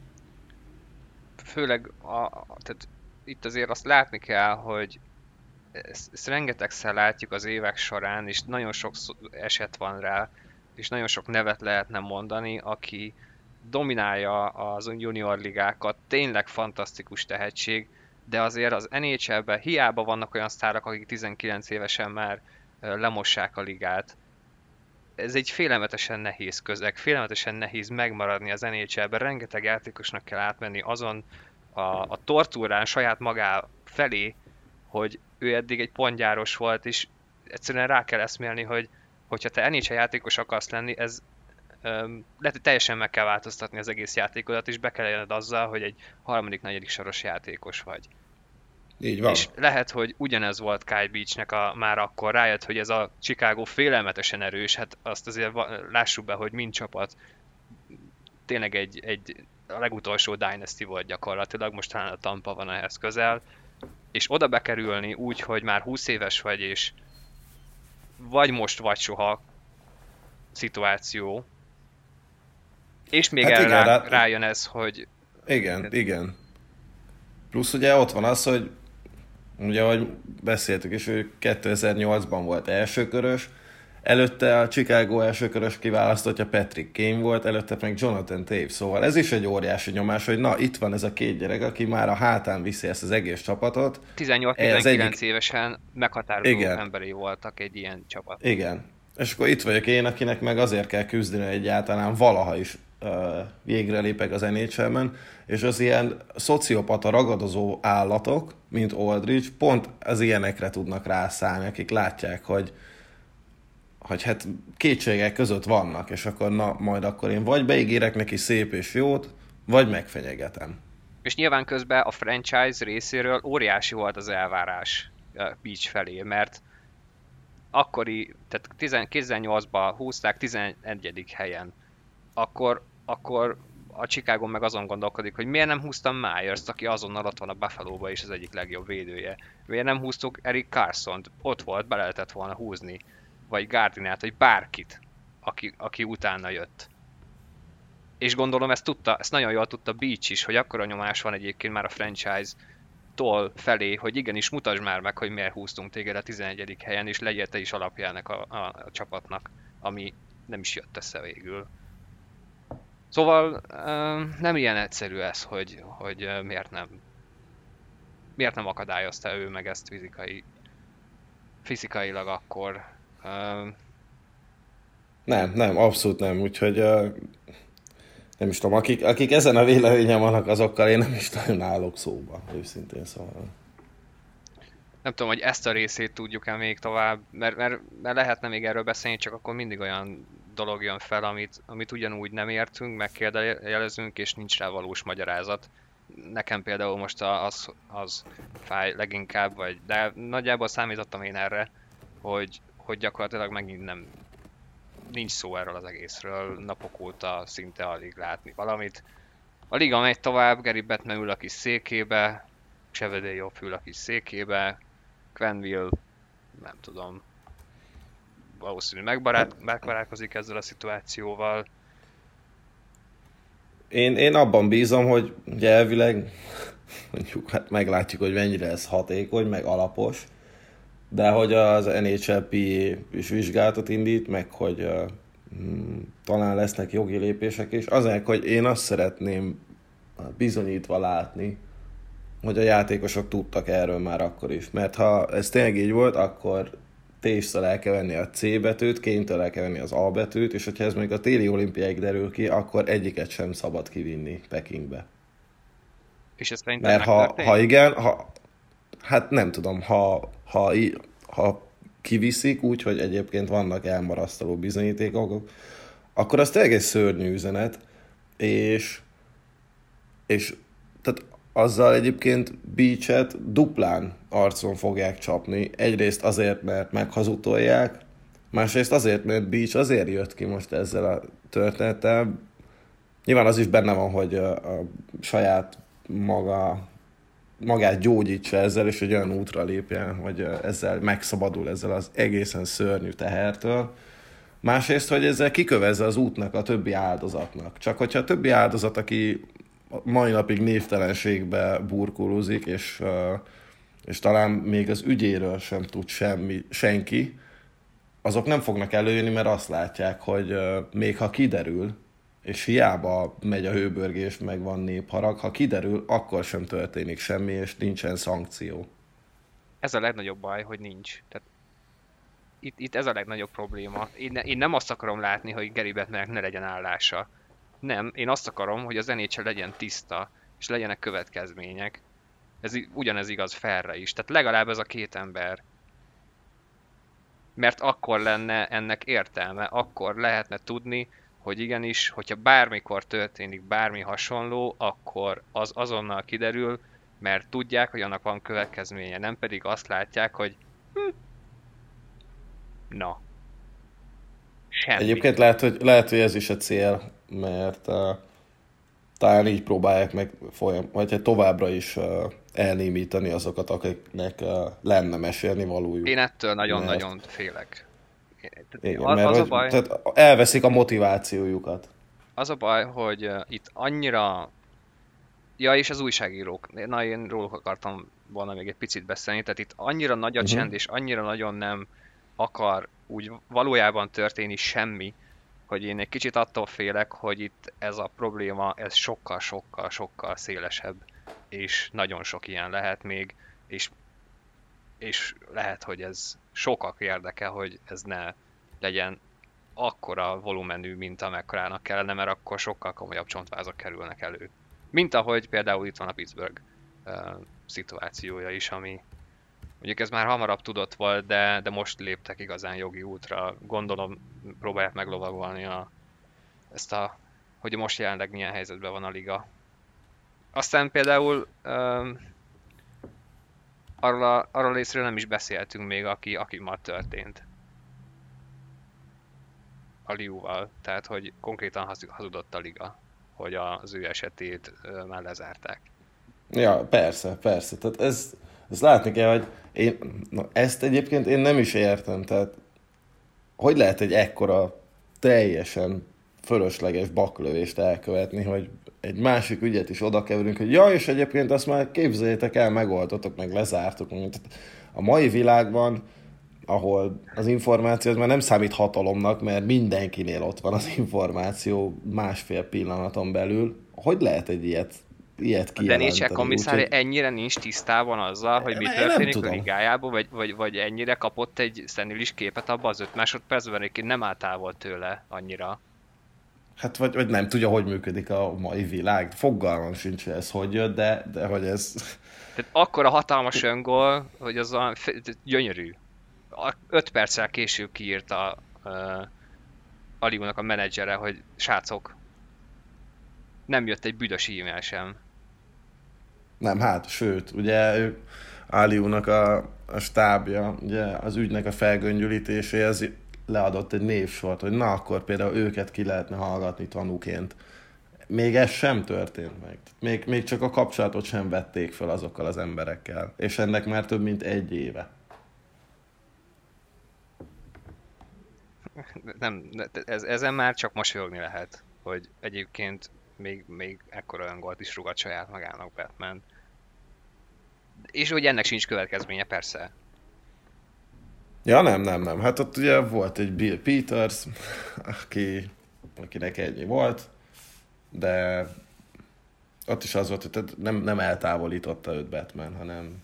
Főleg a, a, tehát itt azért azt látni kell, hogy ezt, ezt rengetegszer látjuk az évek során, és nagyon sok eset van rá, és nagyon sok nevet lehetne mondani, aki dominálja az junior ligákat, tényleg fantasztikus tehetség, de azért az en há el-ben hiába vannak olyan sztárok, akik tizenkilenc évesen már lemossák a ligát. Ez egy félelmetesen nehéz közeg, félelmetesen nehéz megmaradni az en há el-ben, rengeteg játékosnak kell átmenni azon a, a tortúrán saját magá felé, hogy ő eddig egy pontgyáros volt, és egyszerűen rá kell eszmélni, hogy hogyha te en há el játékos akarsz lenni, ez um, lehet, hogy teljesen meg kell változtatni az egész játékodat, és be kell jönnöd azzal, hogy egy harmadik, negyedik soros játékos vagy. Így van. És lehet, hogy ugyanez volt Kyle Beachnek a, már akkor rájött, hogy ez a Chicago félelmetesen erős, hát azt azért lássuk be, hogy mind csapat tényleg egy, egy a legutolsó Dynasty volt gyakorlatilag, most talán a Tampa van ehhez közel, és oda bekerülni úgy, hogy már húsz éves vagy, és vagy most, vagy soha szituáció, és még hát el igen, rá, rájön ez, hogy... Igen, igen. Plusz ugye ott van az, hogy ugye, ahogy beszéltük is, ő kétezer-nyolcban volt elsőkörös, előtte a Chicago elsőkörös kiválasztottja Patrick Kane volt, előtte meg Jonathan Toews, szóval ez is egy óriási nyomás, hogy na, itt van ez a két gyerek, aki már a hátán viszi ezt az egész csapatot. tizennyolc-tizenkilenc egyik... évesen meghatározó igen. emberei voltak egy ilyen csapat. Igen. És akkor itt vagyok én, akinek meg azért kell küzdeni, hogy egyáltalán valaha is uh, végre lépek az en há el-ben, és az ilyen szociopata ragadozó állatok, mint Aldridge, pont az ilyenekre tudnak rászállni, akik látják, hogy, hogy hát kétségek között vannak, és akkor na, majd akkor én vagy beígérek neki szép és jót, vagy megfenyegetem. És nyilván közben a franchise részéről óriási volt az elvárás Beach felé, mert akkori, tehát kétezer-nyolcban húzták tizenegyedik helyen, akkor, akkor a Chicago meg azon gondolkodik, hogy miért nem húztam Myers-t, aki azonnal ott van a Buffalo-ba is az egyik legjobb védője. Miért nem húztuk Eric Carson-t, ott volt, be lehetett volna húzni, vagy Gardinát, vagy bárkit, aki, aki utána jött. És gondolom ezt tudta, ezt nagyon jól tudta Beach is, hogy akkora nyomás van egyébként már a franchise-tól felé, hogy igenis mutasd már meg, hogy miért húztunk téged a tizenegyedik helyen, és legyél te is alapjának a, a, a csapatnak, ami nem is jött össze végül. Szóval nem ilyen egyszerű ez, hogy, hogy miért nem miért nem akadályozta ő meg ezt fizikai, fizikailag akkor. Nem, nem, abszolút nem, úgyhogy nem is tudom, akik, akik ezen a véleményen vannak, azokkal én nem is nagyon állok szóba, őszintén szóval. Nem tudom, hogy ezt a részét tudjuk-e még tovább, mert, mert, mert lehetne még erről beszélni, csak akkor mindig olyan dolog jön fel, amit, amit ugyanúgy nem értünk, megkérdőjelezünk, és nincs rá valós magyarázat. Nekem például most az, az fáj leginkább, vagy, de nagyjából számítottam én erre, hogy, hogy gyakorlatilag megint nem nincs szó erről az egészről, napok óta szinte alig látni valamit. A liga megy tovább, Gary Bettman ül a kis székébe, Cheveldayoff ül a kis székébe, Quenneville, nem tudom, valószínű megbarát, megbarátkozik ezzel a szituációval. Én, én abban bízom, hogy ugye elvileg mondjuk hát meglátjuk, hogy mennyire ez hatékony, meg alapos, de hogy az en há el pé á is vizsgálatot indít, meg hogy uh, talán lesznek jogi lépések is. Azért, hogy én azt szeretném bizonyítva látni, hogy a játékosok tudtak erről már akkor is. Mert ha ez tényleg így volt, akkor T-től el kell venni a C betűt, Kane-től el kell venni az A betűt, és hogyha ez még a téli olimpiáig derül ki, akkor egyiket sem szabad kivinni Pekingbe. És ez szerintem mert ha, ha igen, ha, hát nem tudom, ha, ha, ha kiviszik úgy, hogy egyébként vannak elmarasztaló bizonyítékok, akkor az tényleg egy szörnyű üzenet, és, és tehát azzal egyébként Beach-et duplán arcon fogják csapni. Egyrészt azért, mert meghazudtolják, másrészt azért, mert Beach azért jött ki most ezzel a történettel. Nyilván az is benne van, hogy a, a saját maga, magát gyógyítsa ezzel, és egy olyan útra lépjen, hogy ezzel megszabadul ezzel az egészen szörnyű tehertől. Másrészt, hogy ezzel kikövezze az útnak a többi áldozatnak. Csak hogyha a többi áldozat, aki mai napig névtelenségbe burkolózik, és, és talán még az ügyéről sem tud semmi, senki, azok nem fognak előjönni, mert azt látják, hogy még ha kiderül, és hiába megy a hőbörgés, meg van népharag, ha kiderül, akkor sem történik semmi, és nincsen szankció. Ez a legnagyobb baj, hogy nincs. Tehát itt, itt ez a legnagyobb probléma. Én, ne, én nem azt akarom látni, hogy Gary Bettmannek ne legyen állása. Nem, én azt akarom, hogy az en há el legyen tiszta, és legyenek következmények. Ez ugyanez igaz Ferre is. Tehát legalább ez a két ember. Mert akkor lenne ennek értelme, akkor lehetne tudni, hogy igenis, hogyha bármikor történik bármi hasonló, akkor az azonnal kiderül, mert tudják, hogy annak van következménye, nem pedig azt látják, hogy hm, na, semmi. Egyébként lehet, hogy, lehet, hogy ez is a cél, mert uh, talán így próbálják meg folyam, vagy hát továbbra is uh, elnémítani azokat, akiknek uh, lenne mesélni valójuk. Én ettől nagyon-nagyon mert... félek. Igen, az, mert az a baj, tehát elveszik a motivációjukat. Az a baj, hogy uh, itt annyira... Ja, és az újságírók. Na, én róluk akartam volna még egy picit beszélni. Tehát itt annyira nagy a uh-huh. csend, és annyira nagyon nem akar úgy valójában történni semmi, hogy én egy kicsit attól félek, hogy itt ez a probléma, ez sokkal-sokkal-sokkal szélesebb, és nagyon sok ilyen lehet még, és, és lehet, hogy ez sokak érdeke, hogy ez ne legyen akkora volumenű, mint amekkorának kellene, mert akkor sokkal komolyabb csontvázak kerülnek elő. Mint ahogy például itt van a Pittsburgh uh, szituációja is, ami mondjuk ez már hamarabb tudott volt, de, de most léptek igazán jogi útra. Gondolom próbálják meglovagolni a, ezt a, hogy most jelenleg milyen helyzetben van a liga. Aztán például um, arról a, arról a részről nem is beszéltünk még, aki, aki már történt. A Liuval, tehát hogy konkrétan hazudott a liga, hogy az ő esetét uh, már lezárták. Ja, persze, persze. Tehát ez, ez látni kell, hogy én, na, ezt egyébként én nem is értem. Tehát hogy lehet egy ekkora teljesen fölösleges baklövést elkövetni, hogy egy másik ügyet is oda keverünk, hogy ja, és egyébként azt már képzeljétek el, megoldottok, meg lezártok. A mai világban, ahol az információ az már nem számít hatalomnak, mert mindenkinél ott van az információ másfél pillanaton belül, hogy lehet egy ilyet, ilyet kijelenteni? De Nécsek komisszári úgy, ennyire nincs tisztában azzal, hogy mi történik a ligájában, vagy, vagy, vagy ennyire kapott egy szenilis képet abban az öt másodpercben, egyébként nem áll távol tőle annyira. Hát vagy, vagy nem tudja, hogy működik a mai világ. Fogalmam sincs, ez hogy jött, de, de hogy ez... Tehát akkora hatalmas öngól, hogy az a gyönyörű. Öt perccel később kiírta uh, a Liunak a menedzsere, hogy srácok, nem jött egy büdös e-mail sem. Nem, hát, sőt, ugye Aliunak a, a stábja, ugye az ügynek a felgöngyölítéséhez leadott egy névsort, hogy na akkor például őket ki lehetne hallgatni tanúként. még ez sem történt meg. Még, még csak a kapcsolatot sem vették fel azokkal az emberekkel. És ennek már több mint egy éve. Nem, ez, ezen már csak mosolyogni lehet, hogy egyébként még, még ekkora öngolt is rúgat saját magának Batman. És hogy ennek sincs következménye, persze. Ja, nem, nem, nem. Hát ott ugye volt egy Bill Peters, aki, akinek ennyi volt, de ott is az volt, hogy nem, nem eltávolította őt Batman, hanem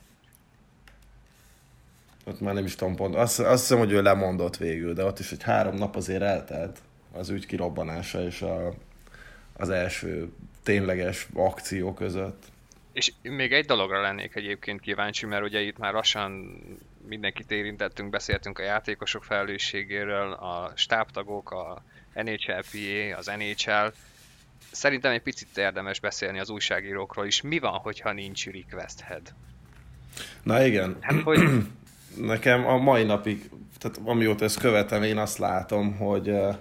ott már nem is tudom pont. Azt, azt hiszem, hogy ő lemondott végül, de ott is egy három nap azért eltelt az ügy kirobbanása és a, az első tényleges akció között. És még egy dologra lennék egyébként kíváncsi, mert ugye itt már lassan mindenkit érintettünk, beszéltünk a játékosok felelősségéről, a stábtagok, a en há el pé á, az en há el. Szerintem egy picit érdemes beszélni az újságírókról is. Mi van, hogyha nincs request head? Na igen. Hát, hogy... Nekem a mai napig, tehát amióta ezt követem, én azt látom, hogy uh,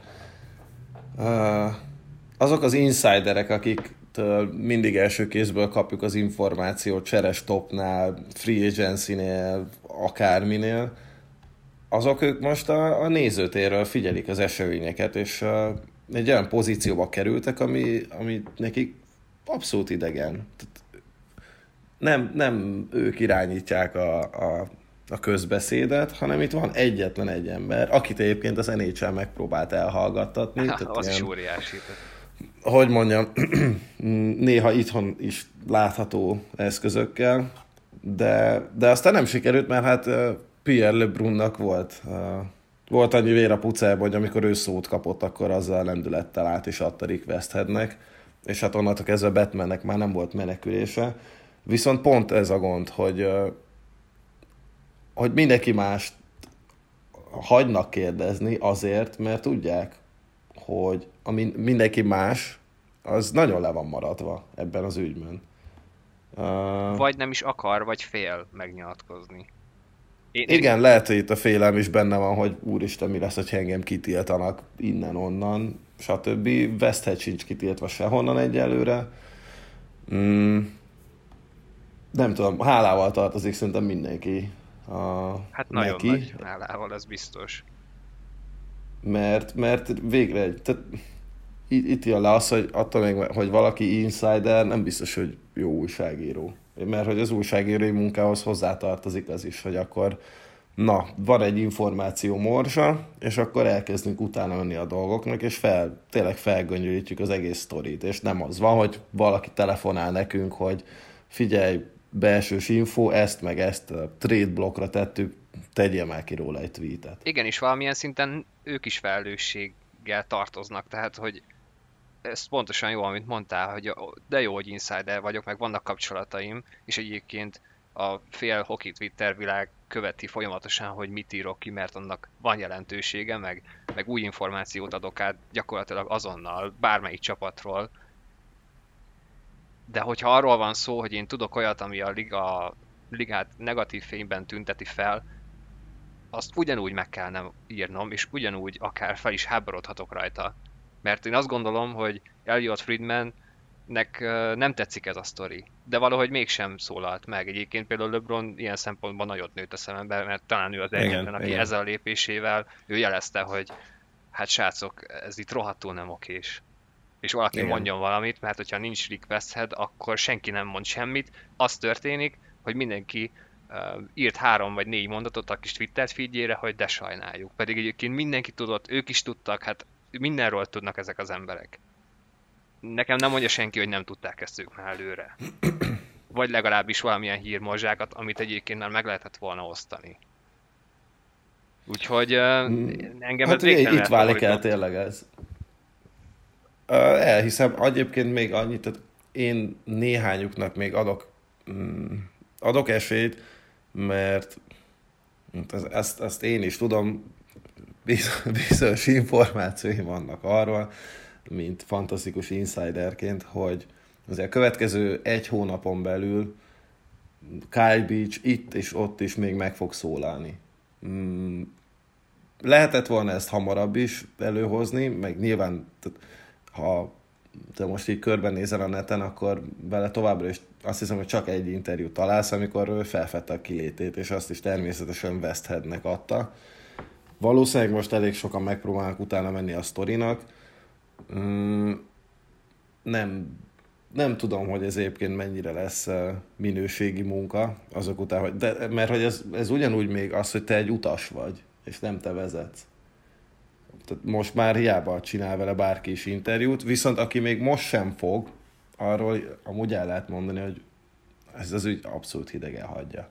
uh, azok az insiderek, akik mindig első kézből kapjuk az információt, cseres topnál, free agency-nél, akárminél, azok ők most a, a nézőtérről figyelik az eseményeket, és uh, egy olyan pozícióba kerültek, ami, ami nekik abszolút idegen. Nem, nem ők irányítják a, a, a közbeszédet, hanem itt van egyetlen egy ember, akit egyébként az en há el megpróbált elhallgattatni. Ha, az ilyen, is óriási. Hogy mondjam, néha itthon is látható eszközökkel, de, de aztán nem sikerült, mert hát Pierre LeBrunnak volt, volt annyi vér a pucába, hogy amikor ő szót kapott, akkor azzal lendülettel át is adta request headnek, és hát onnantól kezdve Batmannek már nem volt menekülése. Viszont pont ez a gond, hogy, hogy mindenki mást hagynak kérdezni azért, mert tudják, hogy ami mindenki más, az nagyon le van maradva ebben az ügyben. Uh, vagy nem is akar, vagy fél megnyilatkozni. Én, igen, én... lehet, hogy itt a félelem is benne van, hogy úristen, mi lesz, hogy engem kitiltanak innen-onnan, stb. West Head sincs kitiltva sehonnan egyelőre. Mm, nem tudom, hálával tartozik szerintem mindenki uh, hát nagyon neki. nagy hálával, ez biztos. Mert, mert végre, tehát itt jön le az, hogy attól még, hogy valaki insider, nem biztos, hogy jó újságíró. Mert hogy az újságírói munkához hozzátartozik az is, hogy akkor na, van egy információ morzsa, és akkor elkezdünk utána menni a dolgoknak, és fel, tényleg felgöngyölítjük az egész sztorit. És nem az van, hogy valaki telefonál nekünk, hogy figyelj, belsős info, ezt meg ezt a trade blokkra tettük, tegyél már ki róla egy tweetet. Igen, és valamilyen szinten ők is felelősséggel tartoznak, tehát hogy ez pontosan jó, amit mondtál, hogy de jó, hogy insider vagyok, meg vannak kapcsolataim, és egyébként a fél hoki Twitter világ követi folyamatosan, hogy mit írok ki, mert annak van jelentősége, meg, meg új információt adok át gyakorlatilag azonnal, bármelyik csapatról. De hogyha arról van szó, hogy én tudok olyat, ami a liga, ligát negatív fényben tünteti fel, azt ugyanúgy meg kellene írnom, és ugyanúgy akár fel is háborodhatok rajta. Mert én azt gondolom, hogy Elliot Friedmannek nem tetszik ez a sztori, de valahogy mégsem szólalt meg. Egyébként például LeBron ilyen szempontból nagyot nőtt a szemembe, mert talán ő az egyetlen, aki igen. ezzel a lépésével ő jelezte, hogy hát srácok, ez itt rohadtul nem okés. És valaki igen. mondjon valamit, mert hogyha nincs request head, akkor senki nem mond semmit. Az történik, hogy mindenki uh, írt három vagy négy mondatot a kis Twitter feedjére, hogy de sajnáljuk. Pedig egyébként mindenki tudott, ők is tudtak, hát mindenről tudnak ezek az emberek. Nekem nem mondja senki, hogy nem tudták ezt ők már előre. Vagy legalábbis valamilyen hírmorzsákat, amit egyébként már meg lehetett volna osztani. Úgyhogy uh, engem hát ez végtelen itt válik el tényleg ez. Uh, elhiszem, egyébként még annyit, tehát én néhányuknak még adok, mm, adok esélyt, mert ezt, ezt én is tudom, bizonyos információim vannak arról, mint fantasztikus insiderként, hogy azért a következő egy hónapon belül Kyle Beach itt és ott is még meg fog szólalni. Mm, lehetett volna ezt hamarabb is előhozni, meg nyilván ha te most így körbenézel a neten, akkor vele továbbra is azt hiszem, hogy csak egy interjút találsz, amikor felfedte a kilétét, és azt is természetesen West Headnek adta. Valószínűleg most elég sokan megpróbálnak utána menni a sztorinak. Mm, nem, nem tudom, hogy ez egyébként mennyire lesz minőségi munka azok után, hogy, de, mert hogy ez, ez ugyanúgy még az, hogy te egy utas vagy, és nem te vezetsz. Tehát most már hiába csinál vele bárki is interjút, viszont aki még most sem fog, arról amúgy el lehet mondani, hogy ez az ügy abszolút hidegen hagyja.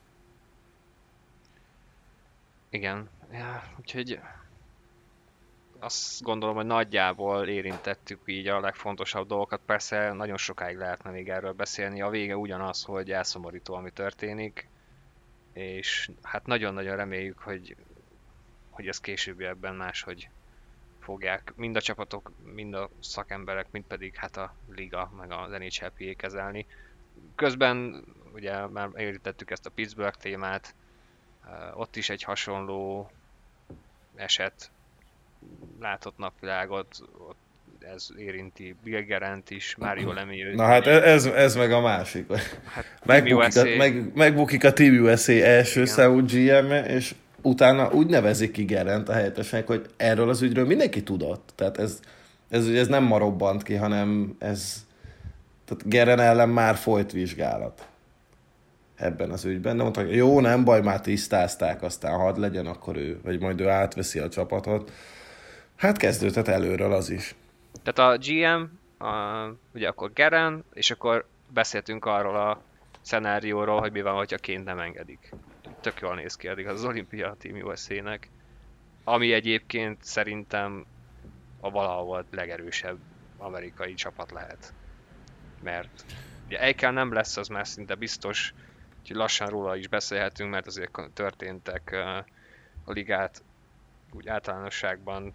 Igen. Ja, úgyhogy azt gondolom, hogy nagyjából érintettük így a legfontosabb dolgokat. Persze nagyon sokáig lehetne még erről beszélni. A vége ugyanaz, hogy elszomorító, ami történik, és hát nagyon-nagyon reméljük, hogy, hogy ez későbbiekben máshogy fogják mind a csapatok, mind a szakemberek, mind pedig hát a liga, meg az en há el pé á kezelni. Közben ugye már érintettük ezt a Pittsburgh témát, ott is egy hasonló eset látott napvilágot, ott ez érinti Bill Guerent is, Mario Lemieux. Na hát ez, ez meg a másik. Hát, megbukik, a, meg, megbukik a Team u es á első számú gé em-e, és utána úgy nevezik ki Guerent a helyettesnek, hogy erről az ügyről mindenki tudott. Tehát ez, ez, ez nem ma robbant ki, hanem ez, tehát Guerin ellen már folyt vizsgálat ebben az ügyben. De mondták, jó, nem baj, már tisztázták, aztán hadd legyen, akkor ő, vagy majd ő átveszi a csapatot. Hát kezdődhet előről az is. Tehát a gé em, a, ugye akkor Guerin, és akkor beszéltünk arról a szenárióról, hogy mi van, hogyha Kane nem engedik. Tök jól néz ki eddig az Olimpia Team u es á-nek, ami egyébként szerintem a valahol legerősebb amerikai csapat lehet. Mert ugye Eichel nem lesz, az már szinte biztos, úgyhogy lassan róla is beszélhetünk, mert azért történtek a ligát úgy általánosságban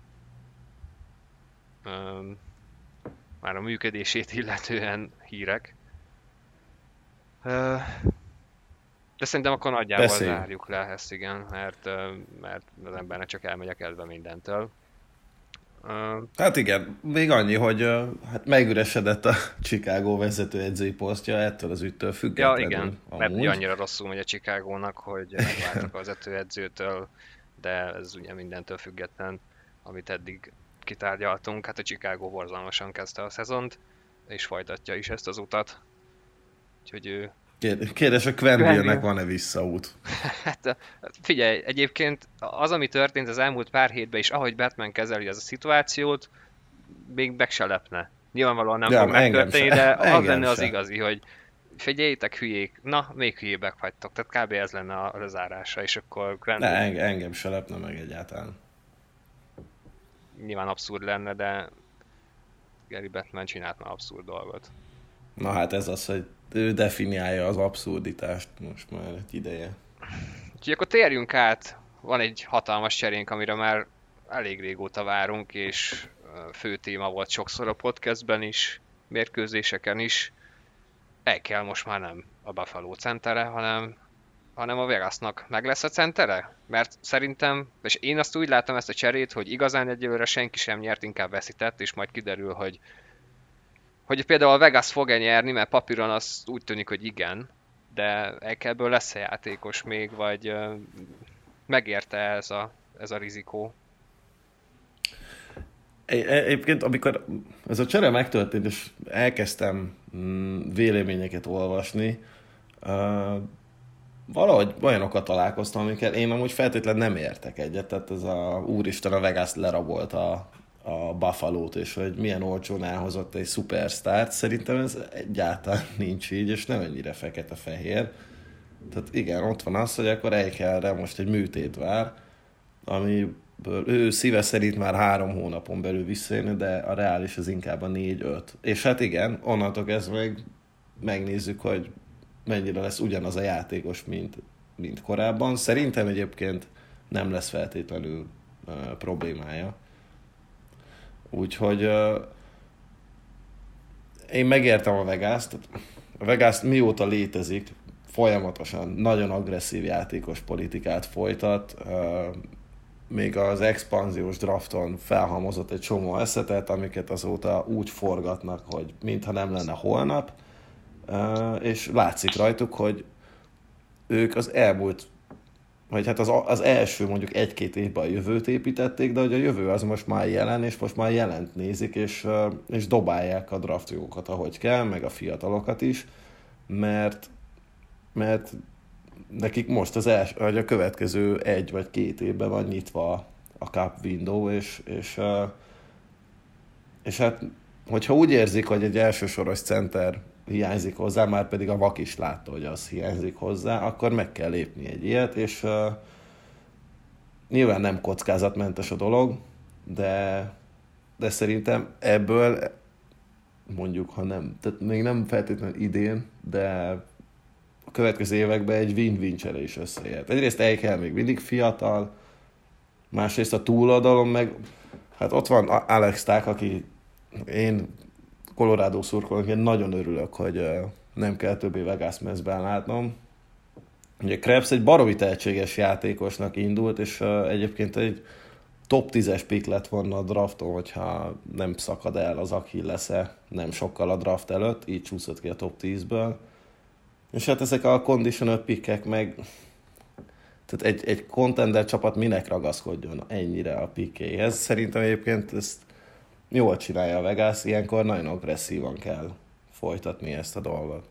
um, már a működését illetően hírek. Uh, de szerintem akkor nagyjából Beszélj. zárjuk le ezt, igen, mert, mert az embernek csak elmegy a kedve mindentől. Uh, hát igen, még annyi, hogy uh, hát megüresedett a Chicago vezetőedzői posztja ettől az ügytől függetlenül. Ja, igen, amúgy. Mert annyira rosszul megy a Chicagónak, hogy megváltak a vezetőedzőtől, de ez ugye mindentől független, amit eddig kitárgyaltunk. Hát a Chicago borzalmasan kezdte a szezont, és folytatja is ezt az utat. Úgyhogy ő... Kérdés, a Quenneville-nek van-e visszaút? Hát figyelj, egyébként az, ami történt az elmúlt pár hétben, és ahogy Batman kezeli ez a szituációt, még meg se lepne. Nyilvánvalóan nem ja, fog megtörténni, de az lenne az se. Igazi, hogy figyeljétek hülyék, na, még hülyébbek vagytok. Tehát kb. Ez lenne a lezárása, és akkor Quenneville... Ne, engem, engem se lepne meg egyáltalán. Nyilván abszurd lenne, de Gary Batman csinált már abszurd dolgot. Na hát ez az, hogy ő definiálja az abszurditást most már egy ideje. Úgyhogy akkor térjünk át, van egy hatalmas cserénk, amire már elég régóta várunk, és fő téma volt sokszor a podcastben is, mérkőzéseken is. El kell most már nem a Buffalo centere, hanem, hanem a Vegasnak meg lesz a centere? Mert szerintem, és én azt úgy látom ezt a cserét, hogy igazán egyelőre senki sem nyert, inkább veszített, és majd kiderül, hogy hogy például a Vegas fog-e nyerni, mert papíron az úgy tűnik, hogy igen, de ebből lesz-e játékos még, vagy uh, megérte ez a, ez a rizikó? Egyébként, amikor ez a csere megtörtént, és elkezdtem véleményeket olvasni, uh, valahogy olyanokat találkoztam, amiket én amúgy feltétlenül nem értek egyet, tehát ez a úristen, a Vegas lerabolta a Buffalo-t, és hogy milyen olcsón elhozott egy szupersztárt, szerintem ez egyáltalán nincs így, és nem ennyire fekete-fehér. Tehát igen, ott van az, hogy akkor Eichelre most egy műtét vár, amiből ő szíve szerint már három hónapon belül visszajönne, de a reális az inkább a négy-öt. És hát igen, onnantól kezdve meg megnézzük, hogy mennyire lesz ugyanaz a játékos, mint, mint korábban. Szerintem egyébként nem lesz feltétlenül uh, problémája. Úgyhogy uh, én megértem a Vegas-t. A Vegas mióta létezik, folyamatosan nagyon agresszív játékos politikát folytat. Uh, még az expanziós drafton felhalmozott egy csomó eszetet, amiket azóta úgy forgatnak, hogy mintha nem lenne holnap, és látszik rajtuk, hogy ők az elmúlt, vagy hát az, az első mondjuk egy-két évben a jövőt építették, de hogy a jövő az most már jelen, és most már jelent nézik, és, és dobálják a draftjogokat, ahogy kell, meg a fiatalokat is, mert, mert nekik most az első, vagy a következő egy vagy két évben van nyitva a cap window, és, és, és hát, hogyha úgy érzik, hogy egy elsősoros center hiányzik hozzá, már pedig a vak is látta, hogy az hiányzik hozzá, akkor meg kell lépni egy ilyet, és uh, nyilván nem kockázatmentes a dolog, de, de szerintem ebből mondjuk, ha nem, tehát még nem feltétlenül idén, de a következő években egy win-win csere is összeért. Egyrészt el kell még mindig fiatal, másrészt a túloldalon meg, hát ott van Alex Tuch, aki én Colorado szurkolóként nagyon örülök, hogy uh, nem kell többé Vegas mezben látnom. Ugye Krebs egy baromi tehetséges játékosnak indult, és uh, egyébként egy top tízes pick lett volna a drafton, hogyha nem szakad el az Achillesze nem sokkal a draft előtt, így csúszott ki a top tízből. És hát ezek a conditional pickek meg, tehát egy, egy contender csapat minek ragaszkodjon ennyire a pickéhez. Szerintem egyébként ezt jól csinálja a Vegas, ilyenkor nagyon agresszívan kell folytatni ezt a dolgot.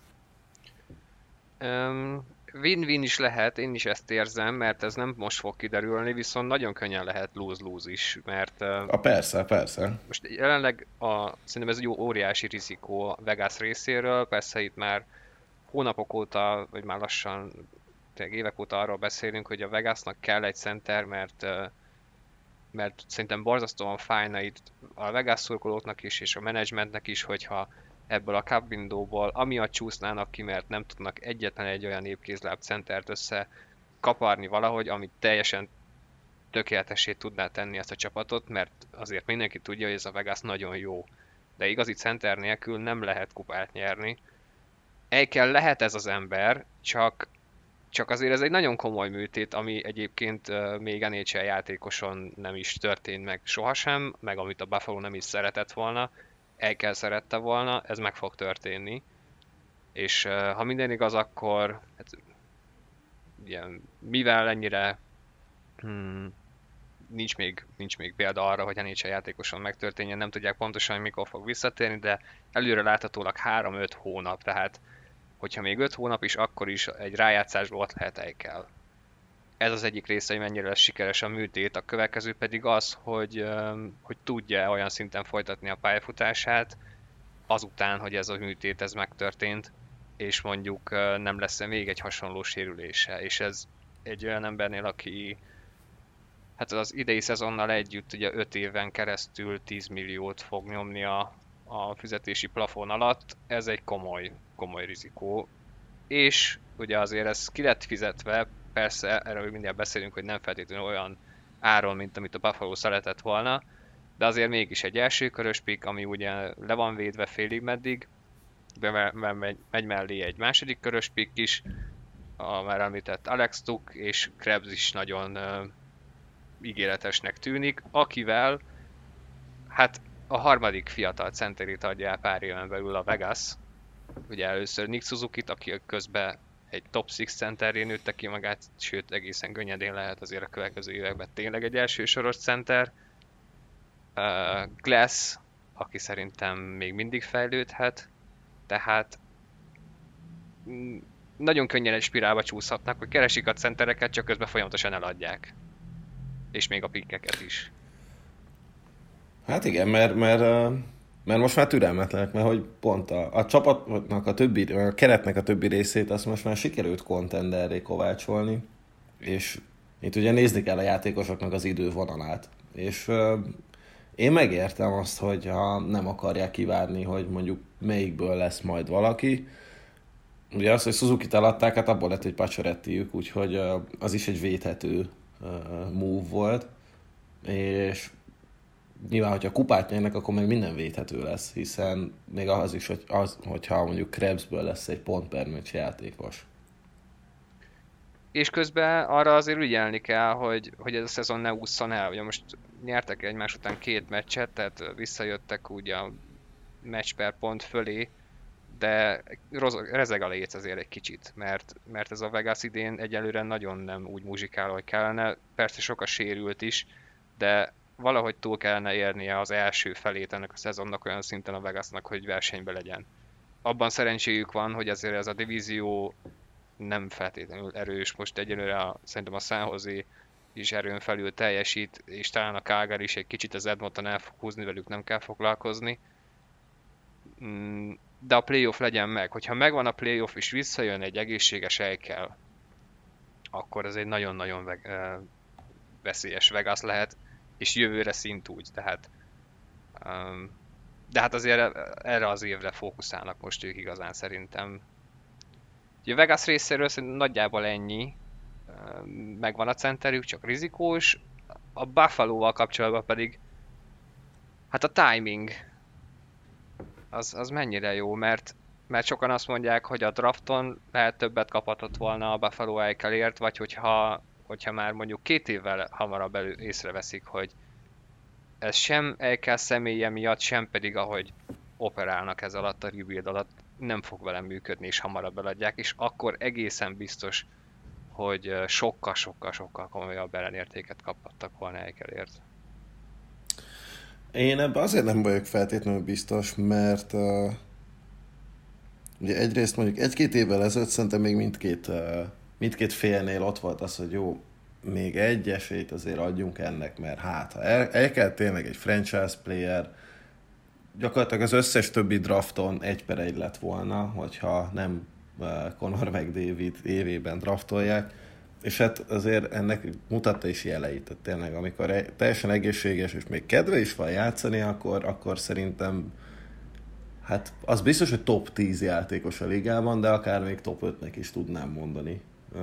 Um, win-win is lehet, én is ezt érzem, mert ez nem most fog kiderülni, viszont nagyon könnyen lehet lose-lose is, mert... Uh, a persze, persze. Most jelenleg a, szerintem ez egy jó óriási rizikó a Vegas részéről, persze itt már hónapok óta, vagy már lassan évek óta arról beszélünk, hogy a Vegasnak kell egy center, mert uh, mert szerintem borzasztóan fájna itt a Vegas szurkolóknak is, és a menedzsmentnek is, hogyha ebből a cap windowból amiatt csúsznának ki, mert nem tudnak egyetlen egy olyan épkézláb centert össze kaparni valahogy, amit teljesen tökéletessé tudná tenni ezt a csapatot, mert azért mindenki tudja, hogy ez a Vegas nagyon jó. De igazi center nélkül nem lehet kupát nyerni. Egykel lehet ez az ember, csak Csak azért ez egy nagyon komoly műtét, ami egyébként uh, még en há el játékoson nem is történt meg sohasem, meg amit a Buffalo nem is szeretett volna, el kell szerette volna, ez meg fog történni. És uh, ha minden igaz, akkor hát, ilyen, mivel ennyire hmm, nincs, még, nincs még példa arra, hogy en há el játékoson megtörténjen, nem tudják pontosan, hogy mikor fog visszatérni, de előre láthatólag három-öt hónap, tehát hogyha még öt hónap is, akkor is egy rájátszásból ott lehet el. Ez az egyik része, hogy mennyire lesz sikeres a műtét, a következő pedig az, hogy, hogy tudja olyan szinten folytatni a pályafutását, azután, hogy ez a műtét ez megtörtént, és mondjuk nem lesz még egy hasonló sérülése. És ez egy olyan embernél, aki hát az idei szezonnal együtt ugye öt éven keresztül tíz milliót fog nyomni a, a fizetési plafon alatt, ez egy komoly, komoly rizikó. És ugye azért ez ki lett fizetve, persze erről mindjárt beszélünk, hogy nem feltétlenül olyan áron, mint amit a Buffalo szeretett volna, de azért mégis egy elsőkörös pick, ami ugye le van védve félig meddig, be megy, megy mellé egy második körös pick is, a már említett Alex Tuch, és Krebs is nagyon uh, ígéretesnek tűnik, akivel hát a harmadik fiatal centerét adja el pár éven belül a Vegas. Ugye először Nick Suzuki-t, aki közben egy top hat centerré nőtte ki magát, sőt egészen könnyedén lehet azért a következő években tényleg egy elsősoros center. Uh, Glass, aki szerintem még mindig fejlődhet, tehát nagyon könnyen egy spirálba csúszhatnak, hogy keresik a centereket, csak közben folyamatosan eladják. És még a pikkeket is. Hát igen, mert, mert, mert most már türelmetlenek, mert hogy pont a, a csapatnak a többi, a keretnek a többi részét azt most már sikerült contenderré kovácsolni, és itt ugye nézni kell a játékosoknak az idővonalát. És uh, én megértem azt, hogy ha nem akarják kivárni, hogy mondjuk melyikből lesz majd valaki. Ugye azt, hogy Suzuki-t eladták, hát abból lett egy Paciorettiük, úgyhogy uh, az is egy védhető uh, move volt, és nyilván, hogyha kupát nyernek, akkor még minden védhető lesz, hiszen még az is, hogy az, hogyha mondjuk Krebsből lesz egy pont per meccs játékos. És közben arra azért ügyelni kell, hogy, hogy ez a szezon ne ússzon el. Ugye most nyertek egymás után két meccset, tehát visszajöttek úgy a meccs per pont fölé, de roz- rezeg a léc azért egy kicsit, mert, mert ez a Vegas idén egyelőre nagyon nem úgy muzsikál, ahogy kellene. Persze sok a sérült is, de valahogy túl kellene érnie az első felét ennek a szezonnak olyan szinten a Vegasnak, hogy versenybe legyen. Abban szerencséjük van, hogy azért ez a divízió nem feltétlenül erős. Most egyelőre a, szerintem a San Jose is erőn felül teljesít, és talán a Calgary is egy kicsit az Edmonton el fog húzni, velük nem kell foglalkozni. De a playoff legyen meg. Hogyha megvan a playoff és visszajön egy egészséges Eichel, akkor ez egy nagyon-nagyon veg- veszélyes Vegas lehet, és jövőre szint úgy, tehát um, de hát azért erre az évre fókuszálnak most ők igazán szerintem. Ugye Vegas részéről szerintem nagyjából ennyi, megvan a centerük, csak rizikós. A Buffalo-val kapcsolatban pedig hát a timing az, az mennyire jó, mert, mert sokan azt mondják, hogy a drafton lehet többet kaphatott volna a Buffalo Eichel-ért, vagy hogyha, hogyha már mondjuk két évvel hamarabb elő észreveszik, hogy ez sem Eichel személye miatt, sem pedig ahogy operálnak ez alatt a rebuild alatt, nem fog velem működni, és hamarabb eladják, és akkor egészen biztos, hogy sokkal-sokkal-sokkal komolyabb ellenértéket kaphattak volna Eichel-ért. Én ebben azért nem vagyok feltétlenül biztos, mert uh, ugye egyrészt mondjuk egy-két évvel ezelőtt szerintem még mindkét, uh, mindkét félnél ott volt az, hogy jó, még egy esélyt azért adjunk ennek, mert hát, ha el, el kell tényleg egy franchise player, gyakorlatilag az összes többi drafton egy per egy lett volna, hogyha nem uh, Connor McDavid évében draftolják, és hát azért ennek mutatta is jeleit, tehát tényleg amikor teljesen egészséges, és még kedve is van játszani, akkor, akkor szerintem hát az biztos, hogy top tíz játékos a ligában, de akár még top ötnek is tudnám mondani.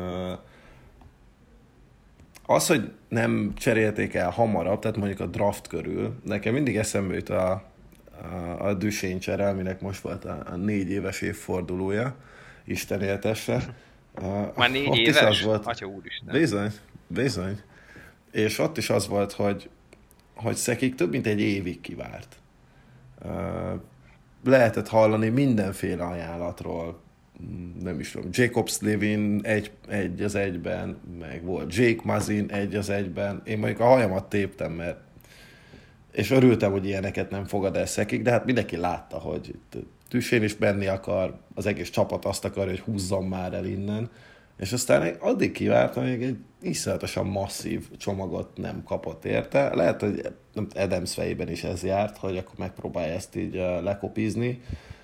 Az, hogy nem cserélték el hamarabb, tehát mondjuk a draft körül, nekem mindig eszembe jut a, a, a Duchesne csere, aminek most volt a, a négy éves évfordulója, Isten éltesse. Uh, Már négy ott éves? Az volt, Atya úristen. Bizony, bizony. És ott is az volt, hogy, hogy Szekik több mint egy évig kivárt. Uh, lehetett hallani mindenféle ajánlatról, nem is tudom, Jacob Slavin egy, egy az egyben, meg volt Jake Muzzin egy az egyben. Én mondjuk a hajamat téptem, mert és örültem, hogy ilyeneket nem fogad el Szekik, de hát mindenki látta, hogy Duchesne is benni akar, az egész csapat azt akarja, hogy húzzon már el innen, és aztán addig kivárt, amíg egy iszonyatosan masszív csomagot nem kapott érte. Lehet, hogy Adams fejében is ez járt, hogy akkor megpróbálja ezt így lekopizni.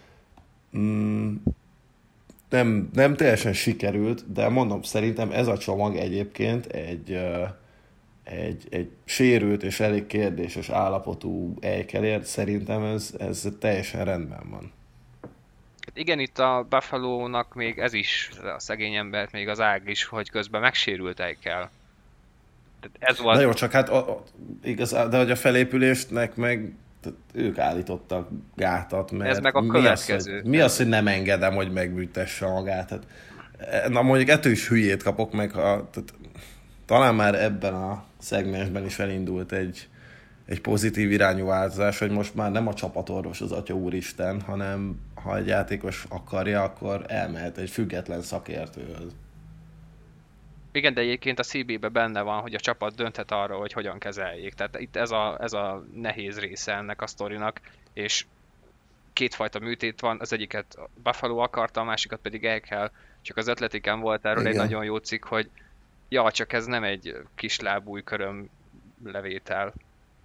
Mm, nem, nem teljesen sikerült, de mondom, szerintem ez a csomag egyébként egy, egy, egy sérült és elég kérdéses állapotú Eichel-ért, szerintem ez, ez teljesen rendben van. Igen, itt a Buffalo-nak még ez is, a szegény embert, még az ág is, hogy közben megsérült Eichel. Ez volt... Na jó, csak hát a, a, igaz, de hogy a felépülésnek meg ők állítottak gátat, mert ez meg a mi következő. Az, hogy, mi az, hogy nem engedem, hogy megbüntesse magát? Hát, na mondjuk ettől is hülyét kapok meg, ha, tehát, talán már ebben a szegmensben is elindult egy, egy pozitív irányú változás, hogy most már nem a csapatorvos az Atya úristen, hanem ha egy játékos akarja, akkor elmehet egy független szakértőhöz. Igen, de egyébként a cé bé-ben benne van, hogy a csapat dönthet arról, hogy hogyan kezeljék. Tehát itt ez a, ez a nehéz része ennek a sztorinak, és kétfajta műtét van, az egyiket Buffalo akarta, a másikat pedig Eichel, csak az Athleticen volt erről Igen. egy nagyon jó cikk, hogy ja, csak ez nem egy kislábúj köröm levétel,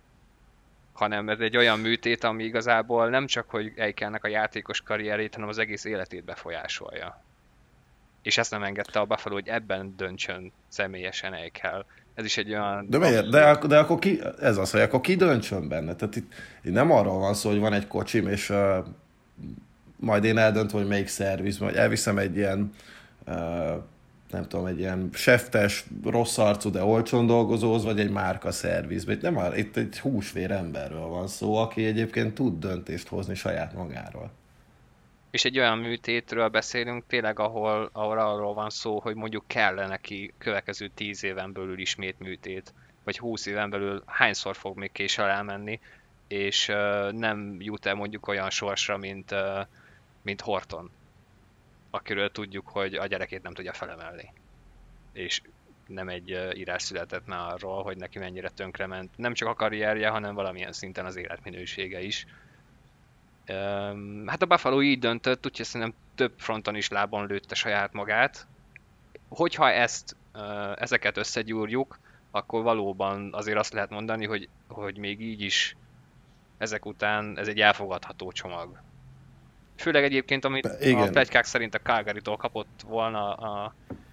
hanem ez egy olyan műtét, ami igazából nem csak, hogy Eichelnek a játékos karrierét, hanem az egész életét befolyásolja. És ezt nem engedte a Buffalo, hogy ebben döntsön személyesen Eichel. Ez is egy olyan... De miért? De, de akkor ki, ez az, hogy akkor ki döntsön benne? Tehát itt, itt nem arról van szó, hogy van egy kocsim, és uh, majd én eldöntöm, hogy melyik szerviz, vagy elviszem egy ilyen uh, nem tudom, egy ilyen seftes, rossz arcú, de olcsón dolgozóhoz, vagy egy márka szervizbe. Itt, nem, itt egy húsvér emberről van szó, aki egyébként tud döntést hozni saját magáról. És egy olyan műtétről beszélünk tényleg, ahol, ahol arról van szó, hogy mondjuk kell neki következő tíz éven belül ismét műtét, vagy húsz éven belül hányszor fog még késsel elmenni, és uh, nem jut el mondjuk olyan sorsra, mint, uh, mint Horton, akiről tudjuk, hogy a gyerekét nem tudja felemelni. És nem egy uh, írás született már arról, hogy neki mennyire tönkrement nem csak a karrierje, hanem valamilyen szinten az életminősége is. Um, hát a Buffalo így döntött, úgyhogy szerintem több fronton is lábon lőtte saját magát. Hogyha ezt, uh, ezeket összegyúrjuk, akkor valóban azért azt lehet mondani, hogy, hogy még így is ezek után ez egy elfogadható csomag. Főleg egyébként, amit igen. A pletykák szerint a Calgarytól kapott volna a,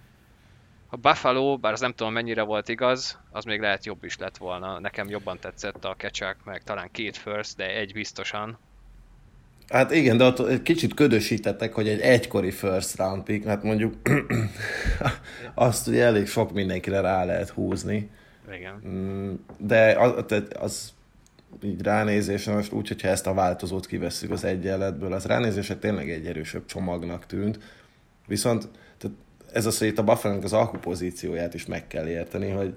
a Buffalo, bár az nem tudom mennyire volt igaz, az még lehet jobb is lett volna. Nekem jobban tetszett a Ketchuk, meg talán két first, de egy biztosan. Hát igen, de ott egy kicsit ködösítettek, hogy egy egykori first round pick, hát mondjuk azt ugye elég sok mindenkire rá lehet húzni. Igen. De az, az így ránézésre most úgy, hogyha ezt a változót kivesszük az egyenletből, az ránézésre tényleg egy erősebb csomagnak tűnt. Viszont tehát ez az, hogy itt a Buffalo-nak az alkupozícióját is meg kell érteni, hogy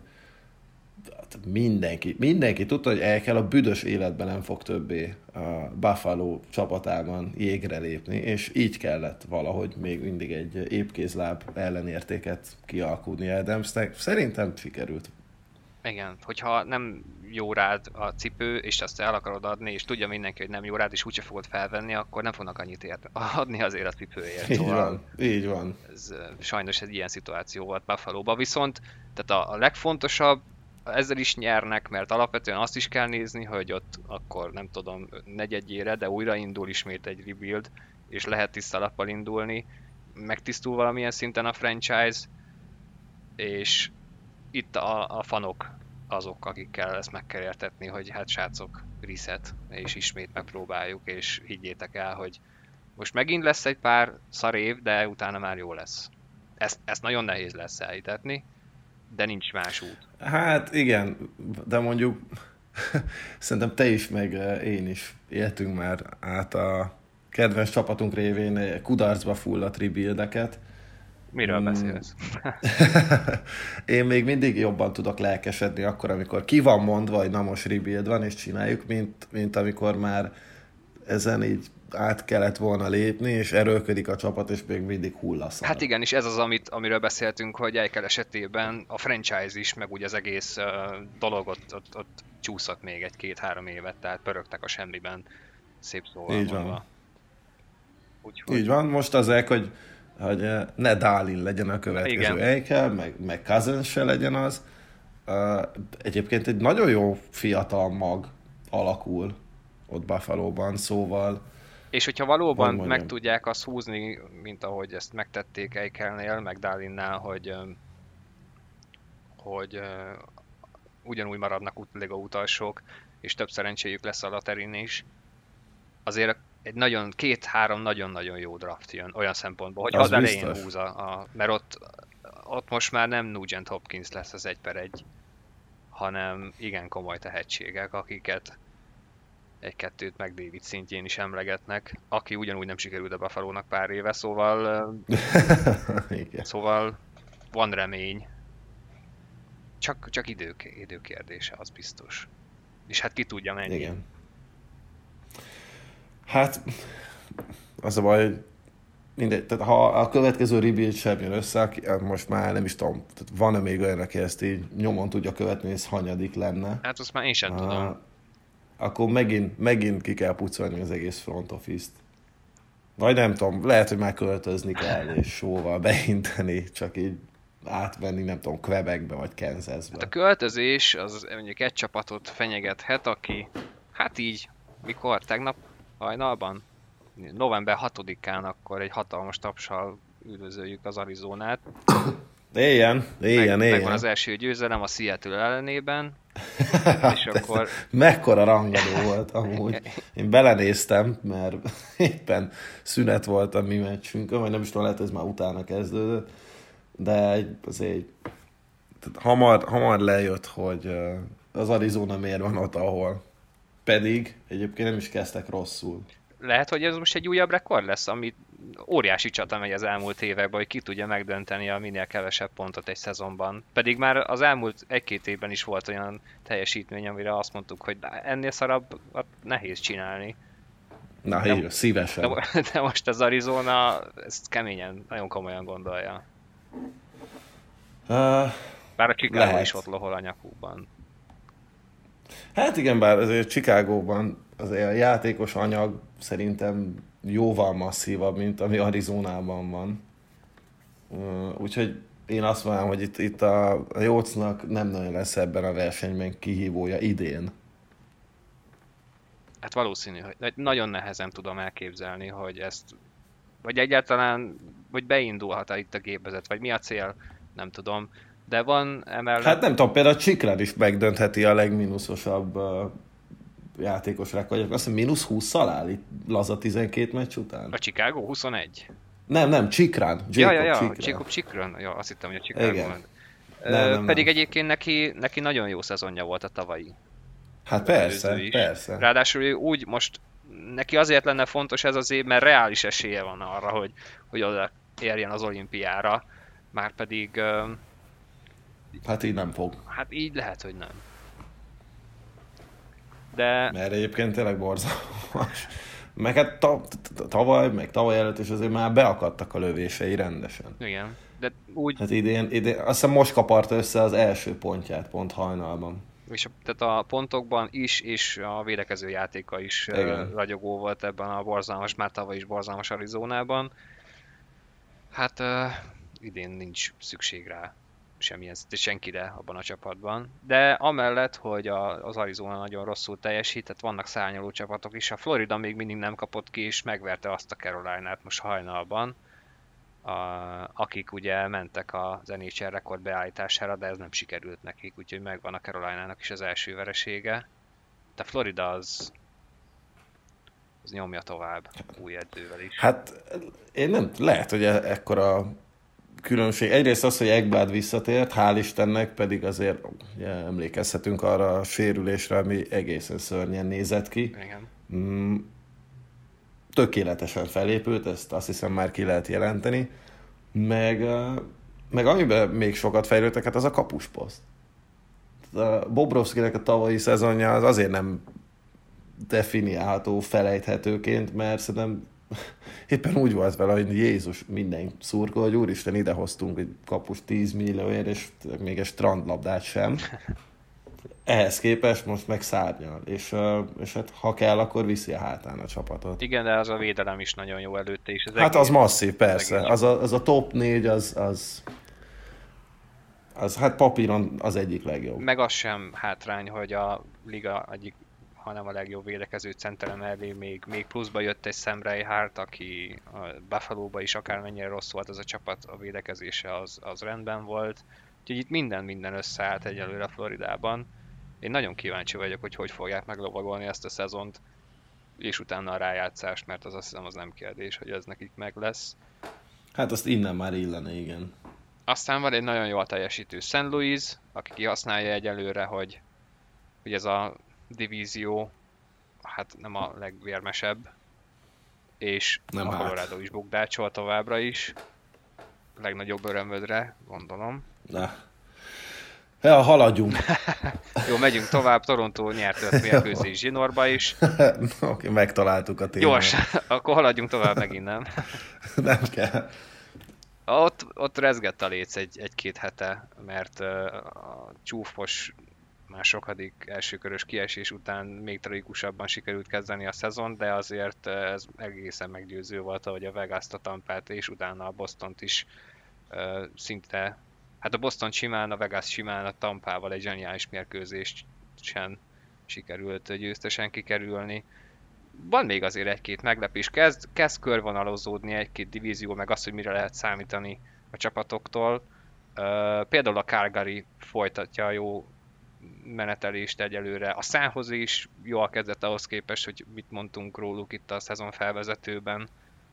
mindenki, mindenki tudta, hogy el kell, a büdös életben nem fog többé a Buffalo csapatában jégre lépni, és így kellett valahogy még mindig egy épkézláb ellenértéket kialkudni Adamsnek. Szerintem sikerült. Igen, hogyha nem jó rád a cipő, és azt el akarod adni, és tudja mindenki, hogy nem jó rád, és úgyse fogod felvenni, akkor nem fognak annyit ért adni azért a cipőért. Így szóval van, így van. Ez, sajnos egy ilyen szituáció volt Buffalo-ba, viszont tehát a, a legfontosabb, ezzel is nyernek, mert alapvetően azt is kell nézni, hogy ott akkor nem tudom, negyedjére, de újraindul ismét egy rebuild, és lehet tiszta lappal indulni, megtisztul valamilyen szinten a franchise, és itt a, a fanok azok, akikkel ezt meg kell értetni, hogy hát srácok, reset, és ismét megpróbáljuk, és higgyétek el, hogy most megint lesz egy pár szar év, de utána már jó lesz. Ezt, ezt nagyon nehéz lesz elhitetni, de nincs más út. Hát igen, de mondjuk szerintem te is, meg én is éltünk már át a kedvenc csapatunk révén kudarcba fulladt rebuildeket. Miről beszélsz? Én még mindig jobban tudok lelkesedni akkor, amikor ki van mondva, hogy na most rebuild van, és csináljuk, mint, mint amikor már ezen így át kellett volna lépni, és erőlködik a csapat, és még mindig hullaszal. Hát igen, és ez az, amit, amiről beszéltünk, hogy Eichel esetében a franchise is, meg úgy az egész uh, dolog ott, ott, ott csúszott még egy-két-három évet, tehát pörögtek a semmiben, szép szóval így mondva. Van. Úgyhogy... Így van, most azért, hogy, hogy ne Dálin legyen a következő Eichel, meg, meg Cousins se legyen az. Uh, egyébként egy nagyon jó fiatal mag alakul ott Buffalo-ban, szóval... És hogyha valóban meg tudják azt húzni, mint ahogy ezt megtették Eichelnél, meg Dalinnál, hogy, hogy ugyanúgy maradnak liga utasok, és több szerencséjük lesz a Laterin is, azért egy nagyon, két-három nagyon-nagyon jó draft jön olyan szempontból, hogy az elején húz a, a, mert ott, ott most már nem Nugent Hopkins lesz az egy per egy, hanem igen komoly tehetségek, akiket egy-kettőt meg David szintjén is emlegetnek, aki ugyanúgy nem sikerült a Buffalo-nak pár éve, szóval szóval van remény. Csak, csak idő, idő kérdése, az biztos. És hát ki tudja mennyi. Igen. Hát az a baj, hogy mindegy, tehát ha a következő rebuild sem jön össze, most már nem is tudom, tehát van-e még olyan, aki ezt így nyomon tudja követni, és hanyadik lenne. Hát azt már én sem uh, tudom. Akkor megint, megint ki kell pucolni az egész front office-t. Vagy nem tudom, lehet, hogy már költözni kell, és sóval beinteni, csak így átvenni, nem tudom, Quebecbe vagy Kansasbe. Hát a költözés az mondjuk egy csapatot fenyegethet, aki hát így, mikor, tegnap hajnalban? november hatodikán akkor egy hatalmas tapssal üdvözöljük az Arizonát. Éljen, éljen, éljen. Megvan az első győzelem a Seattle ellenében. És akkor... Mekkora rangadó volt amúgy. Én belenéztem, mert éppen szünet volt a mi meccsünkön, vagy nem is tudom, lehet ez már utána kezdődött, de azért hamar, hamar lejött, hogy az Arizona miért van ott, ahol. Pedig egyébként nem is kezdtek rosszul. lehet, hogy ez most egy újabb rekord lesz, ami óriási csata megy az elmúlt években, hogy ki tudja megdönteni a minél kevesebb pontot egy szezonban. Pedig már az elmúlt egy-két évben is volt olyan teljesítmény, amire azt mondtuk, hogy ennél szarabb nehéz csinálni. Na, de, hé, szívesen. De, de most az Arizona ezt keményen, nagyon komolyan gondolja. Uh, Bár a Chicago is ott lohol a nyakukban. Hát igen, bár azért Chicagóban azért a játékos anyag szerintem jóval masszívabb, mint ami Arizonában van. Uh, úgyhogy én azt mondom, hogy itt, itt a, a Jolcnak nem nagyon lesz ebben a versenyben kihívója idén. Hát valószínű, hogy nagyon nehezen tudom elképzelni, hogy ezt, vagy egyáltalán, hogy beindulhat itt a gépezet, vagy mi a cél, nem tudom. De van emellett... Hát nem tudom, például a Chikrin is megdöntheti a legminuszosabb uh, játékos rekordját. Azt hiszem mínusz hússzal áll itt laza tizenkét meccs után. A Chicago huszonegy? Nem, nem, Chikrin. Ja, ja, ja, Jacob Chikrin. Ja, azt hittem, hogy a Chicago. Igen. Ö, nem, nem, pedig nem. egyébként neki, neki nagyon jó szezonja volt a tavalyi. Hát persze, persze. Ráadásul ő úgy most, neki azért lenne fontos ez az év, mert reális esélye van arra, hogy, hogy oda érjen az olimpiára. Márpedig... Uh, hát így nem fog. Hát így lehet, hogy nem. De... Mert egyébként tényleg borzalmas. Meg hát tavaly, meg tavaly előtt is azért már beakadtak a lövései rendesen. Igen, de úgy... Hát idén, idén azt hiszem most kapart össze az első pontját pont hajnalban. És a, tehát a pontokban is, és a védekező játéka is Igen. ragyogó volt ebben a borzalmas, már tavaly is borzalmas Arizonában. Hát uh, idén nincs szükség rá semmilyen, senkire abban a csapatban. De amellett, hogy a, az Arizona nagyon rosszul teljesít, tehát vannak szárnyaló csapatok is. A Florida még mindig nem kapott ki, és megverte azt a Carolinát most hajnalban, a, akik ugye mentek az en há el rekord beállítására, de ez nem sikerült nekik, úgyhogy megvan a Carolinának is az első veresége. De Florida az, az nyomja tovább új edzővel is. Hát én nem, lehet, hogy e- ekkora különbség. Egyrészt az, hogy Ekblad visszatért, hál' Istennek, pedig azért ugye, emlékezhetünk arra a sérülésre, ami egészen szörnyen nézett ki. Igen. Mm, tökéletesen felépült, ezt azt hiszem már ki lehet jelenteni. Meg, meg amiben még sokat fejlődtek, hát az a kapusposzt. A Bobrovskinek a tavalyi szezonja az azért nem definiálható felejthetőként, mert szerintem éppen úgy volt vele, hogy Jézus, minden szurkol, hogy úristen, idehoztunk egy kapus tíz millióért, és még egy strandlabdát sem. Ehhez képest most meg szárnyal, és, és hát ha kell, akkor viszi a hátán a csapatot. Igen, de az a védelem is nagyon jó előtte is. Az hát egész, az masszív, persze. Az, az, a, az a top négy, az, az, az hát papíron az egyik legjobb. Meg az sem hátrány, hogy a liga egyik, hanem a legjobb védekező centere mellé még, még pluszba jött egy Sam Reinhart, aki a Buffalo-ba is akármennyire rossz volt az a csapat, a védekezése az, az rendben volt. Úgyhogy itt minden minden összeállt egyelőre a Floridában. Én nagyon kíváncsi vagyok, hogy hogy fogják meglovagolni ezt a szezont, és utána a rájátszást, mert az azt hiszem az nem kérdés, hogy ez nekik meg lesz. Hát azt innen már illene, igen. Aztán van egy nagyon jól teljesítő Saint Louis, aki kihasználja egyelőre, hogy, hogy ez a divízió hát nem a legvérmesebb, és nem a Colorado hát. is bukdácsol továbbra is. Legnagyobb örömödre, gondolom. Na. Ja, haladjunk. Jó, megyünk tovább. Toronto nyert öt mérkőzés zsinórba is. Oké, okay, megtaláltuk a témát. Gyors, akkor haladjunk tovább megint, nem? Nem kell. Ott, ott rezgett a léc egy, egy-két hete, mert a csúfos már sokadik elsőkörös kiesés után még tragikusabban sikerült kezdeni a szezon, de azért ez egészen meggyőző volt, ahogy a Vegas-t, a Tampát és utána a Bostont is uh, szinte, hát a Boston simán, a Vegas simán, a Tampával egy zseniális mérkőzést sem sikerült győztesen kikerülni. Van még azért egy-két meglepés, kezd, kezd körvonalozódni egy-két divízió, meg az, hogy mire lehet számítani a csapatoktól. Uh, például a Calgary folytatja a jó menetelést egyelőre. A San Jose is jól kezdett ahhoz képest, hogy mit mondtunk róluk itt a szezon felvezetőben.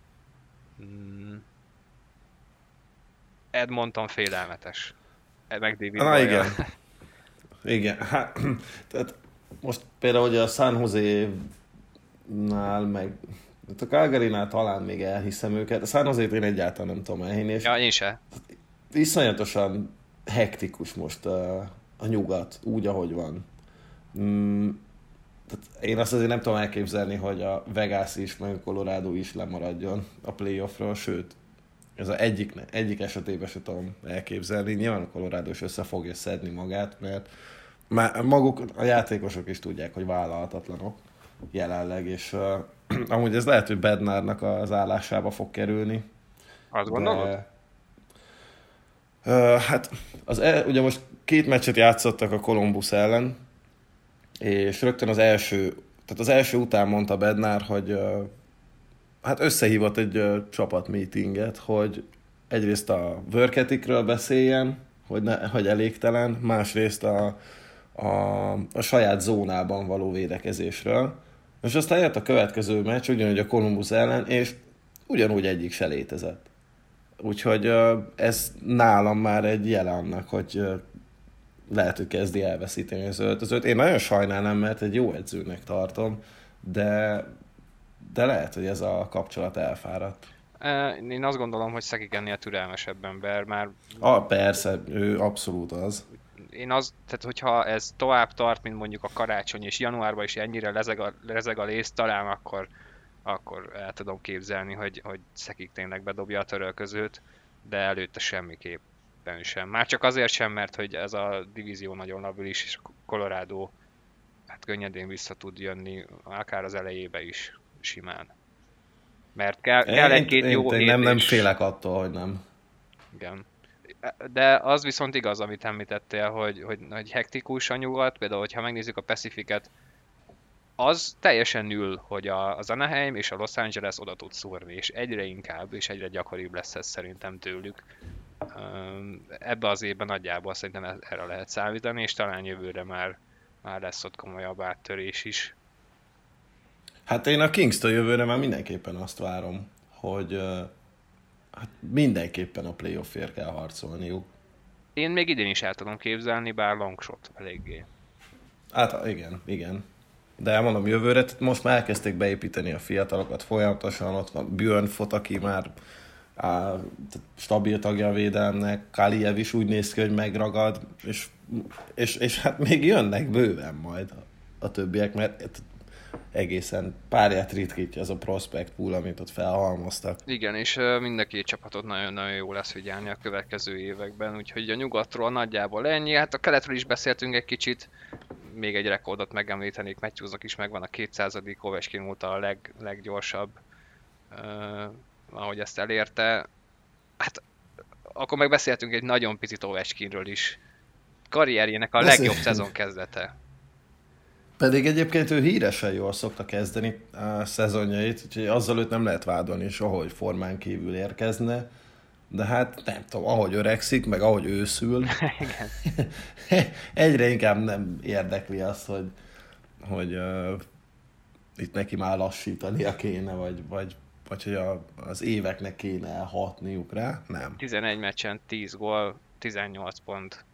Hmm. Edmonton félelmetes. Meg David Na igen. Igen. Hát, tehát most például ugye a San Jose-nál meg A Calgary-nál talán még elhiszem őket, a San Jose-t én egyáltalán nem tudom elhinni, és Ja, én se. iszonyatosan hektikus most a, a nyugat, úgy, ahogy van. Mm, tehát én azt azért nem tudom elképzelni, hogy a Vegas is, meg a Colorado is lemaradjon a playoffról, sőt, ez az egyik, egyik esetében sem tudom elképzelni. Nyilván a Colorado is össze fogja szedni magát, mert már maguk, a játékosok is tudják, hogy vállalhatatlanok jelenleg, és uh, amúgy ez lehet, hogy Bednárnak az állásába fog kerülni. Azt gondolod? De, uh, hát az el, ugye most két meccset játszottak a Columbus ellen, és rögtön az első, tehát az első után mondta Bednár, hogy uh, hát összehívott egy uh, csapatmeetinget, hogy egyrészt a work ethicről beszéljen, hogy, ne, hogy elégtelen, másrészt a, a, a saját zónában való védekezésről. És aztán jött a következő meccs, ugyanúgy a Columbus ellen, és ugyanúgy egyik se létezett. Úgyhogy uh, ez nálam már egy jele annak, hogy uh, lehet, hogy kezdi elveszíteni az öltözőt. Én nagyon sajnálom, mert egy jó edzőnek tartom, de, de lehet, hogy ez a kapcsolat elfáradt. Én azt gondolom, hogy Szekik ennél türelmesebb ember, már... Ah, persze, ő abszolút az. Én az, tehát hogyha ez tovább tart, mint mondjuk a karácsony, és januárban is ennyire lezeg a, lezeg a lész, talán akkor, akkor el tudom képzelni, hogy, hogy Szekik tényleg bedobja a törölközőt, de előtte semmiképpen sem. Már csak azért sem, mert hogy ez a divízió nagyon labilis, és a Colorado hát könnyedén vissza tud jönni, akár az elejébe is simán. Mert kell, kell egy-két jó hét. Nem, nem félek attól, hogy nem. Igen. De az viszont igaz, amit említettél, hogy, hogy, hogy hektikus a nyugat, például, hogyha megnézzük a Pacificet, az teljesen ül, hogy a, az Anaheim és a Los Angeles oda tud szúrni, és egyre inkább, és egyre gyakoribb lesz ez szerintem tőlük. Ebbe az évben nagyjából szerintem erre lehet számítani, és talán jövőre már, már lesz ott komolyabb áttörés is. Hát én a Kings-től jövőre már mindenképpen azt várom, hogy hát mindenképpen a playoffért kell harcolniuk. Én még idén is el tudom képzelni, bár longshot eléggé. Hát igen, igen. De mondom, jövőre, most már elkezdték beépíteni a fiatalokat folyamatosan, ott van Björnfot, aki már á, stabil tagja a védelemnek, Kaliev is úgy néz ki, hogy megragad, és, és, és hát még jönnek bőven majd a, a többiek, mert egészen párját ritkítja az a prospect pool, amit ott felhalmoztak. Igen, és mind a két csapatot nagyon-nagyon jó lesz figyelni a következő években, úgyhogy a nyugatról nagyjából ennyi. Hát a keletről is beszéltünk egy kicsit, még egy rekordot megemlítenék, Matthewsnak is megvan a kétszázadik, Ovechkin óta a leg, leggyorsabb, uh, ahogy ezt elérte. Hát akkor meg beszéltünk egy nagyon picit Ovechkinről is. Karrierjének a legjobb szezon kezdete. Pedig egyébként ő híresen jól szokta kezdeni a szezonjait, úgyhogy azzal őt nem lehet vádolni, és ahogy formán kívül érkezne. De hát nem tudom, ahogy öregszik, meg ahogy őszül, egyre inkább nem érdekli azt, hogy, hogy uh, itt neki már lassítania kéne, vagy, vagy, vagy hogy a, az éveknek kéne elhatniuk rá. Nem. tizenegy meccsen tíz gól, tizennyolc pont.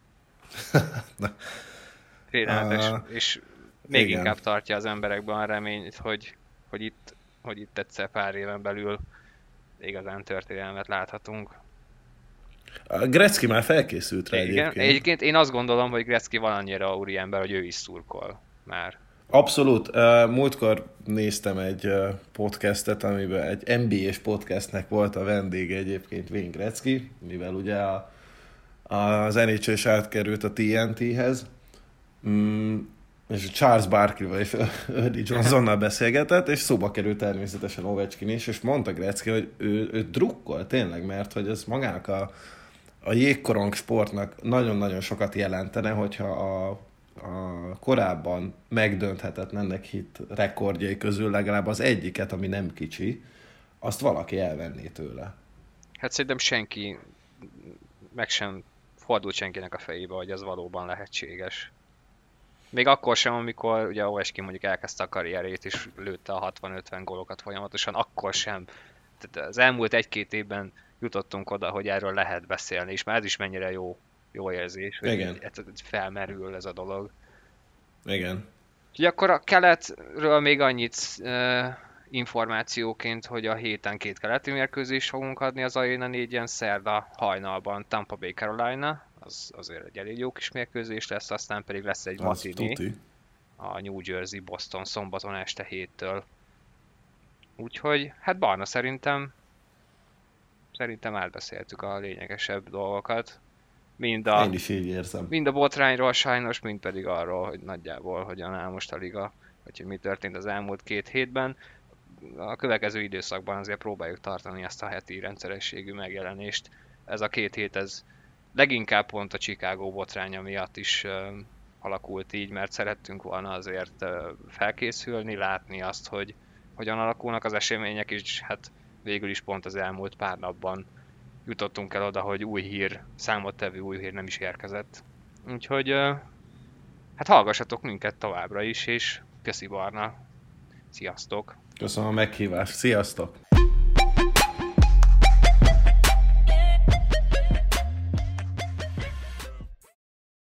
Félelmetes, uh, és még igen. Inkább tartja az emberekben a reményt, hogy, hogy, itt, hogy itt egyszer pár éven belül igazán történelmet láthatunk. A Gretzky már felkészült rá igen, egyébként. Egyébként én azt gondolom, hogy Gretzky valannyira úriember, hogy ő is szurkol már. Abszolút. Múltkor néztem egy podcastet, amiben egy en bé á-s podcastnek volt a vendége egyébként Wayne Gretzky, mivel ugye a, az en há el is átkerült a té en té-hez. Mm, és Charles Barkley-val és Eddie Johnsonnal beszélgetett, és szóba került természetesen Ovechkin is, és mondta Gretzky, hogy ő, ő drukkol tényleg, mert hogy ez magának a, a jégkorong sportnak nagyon-nagyon sokat jelentene, hogyha a, a korábban megdönthetetlennek hit rekordjai közül legalább az egyiket, ami nem kicsi, azt valaki elvenné tőle. Hát szerintem senki, meg sem fordult senkinek a fejébe, hogy ez valóban lehetséges. Még akkor sem, amikor ugye Ovechkin mondjuk elkezdte a karrierét és lőtte a hatvan-ötven gólokat folyamatosan, akkor sem. Tehát az elmúlt egy-két évben jutottunk oda, hogy erről lehet beszélni, és már ez is mennyire jó, jó érzés, hogy igen. felmerül ez a dolog. Igen. Úgyhogy akkor a keletről még annyit uh, információként, hogy a héten két keleti mérkőzést fogunk adni az Arena négyen, szerda hajnalban Tampa Bay Carolina, az azért egy elég jó kis mérkőzés lesz, aztán pedig lesz egy matini a New Jersey Boston szombaton este héttől. Úgyhogy, hát Barna, szerintem szerintem átbeszéltük a lényegesebb dolgokat. Mind a, Én is így érzem. Mind a botrányról sajnos, mind pedig arról, hogy nagyjából hogyan áll most a liga, vagy hogy mi történt az elmúlt két hétben. A következő időszakban azért próbáljuk tartani ezt a heti rendszerességű megjelenést. Ez a két hét, ez leginkább pont a Chicago botránya miatt is uh, alakult így, mert szerettünk volna azért uh, felkészülni, látni azt, hogy hogyan alakulnak az események, és hát végül is pont az elmúlt pár napban jutottunk el oda, hogy új hír, számottevő új hír nem is érkezett. Úgyhogy uh, hát hallgassatok minket továbbra is, és köszi Barna. Sziasztok! Köszönöm a meghívást. Sziasztok!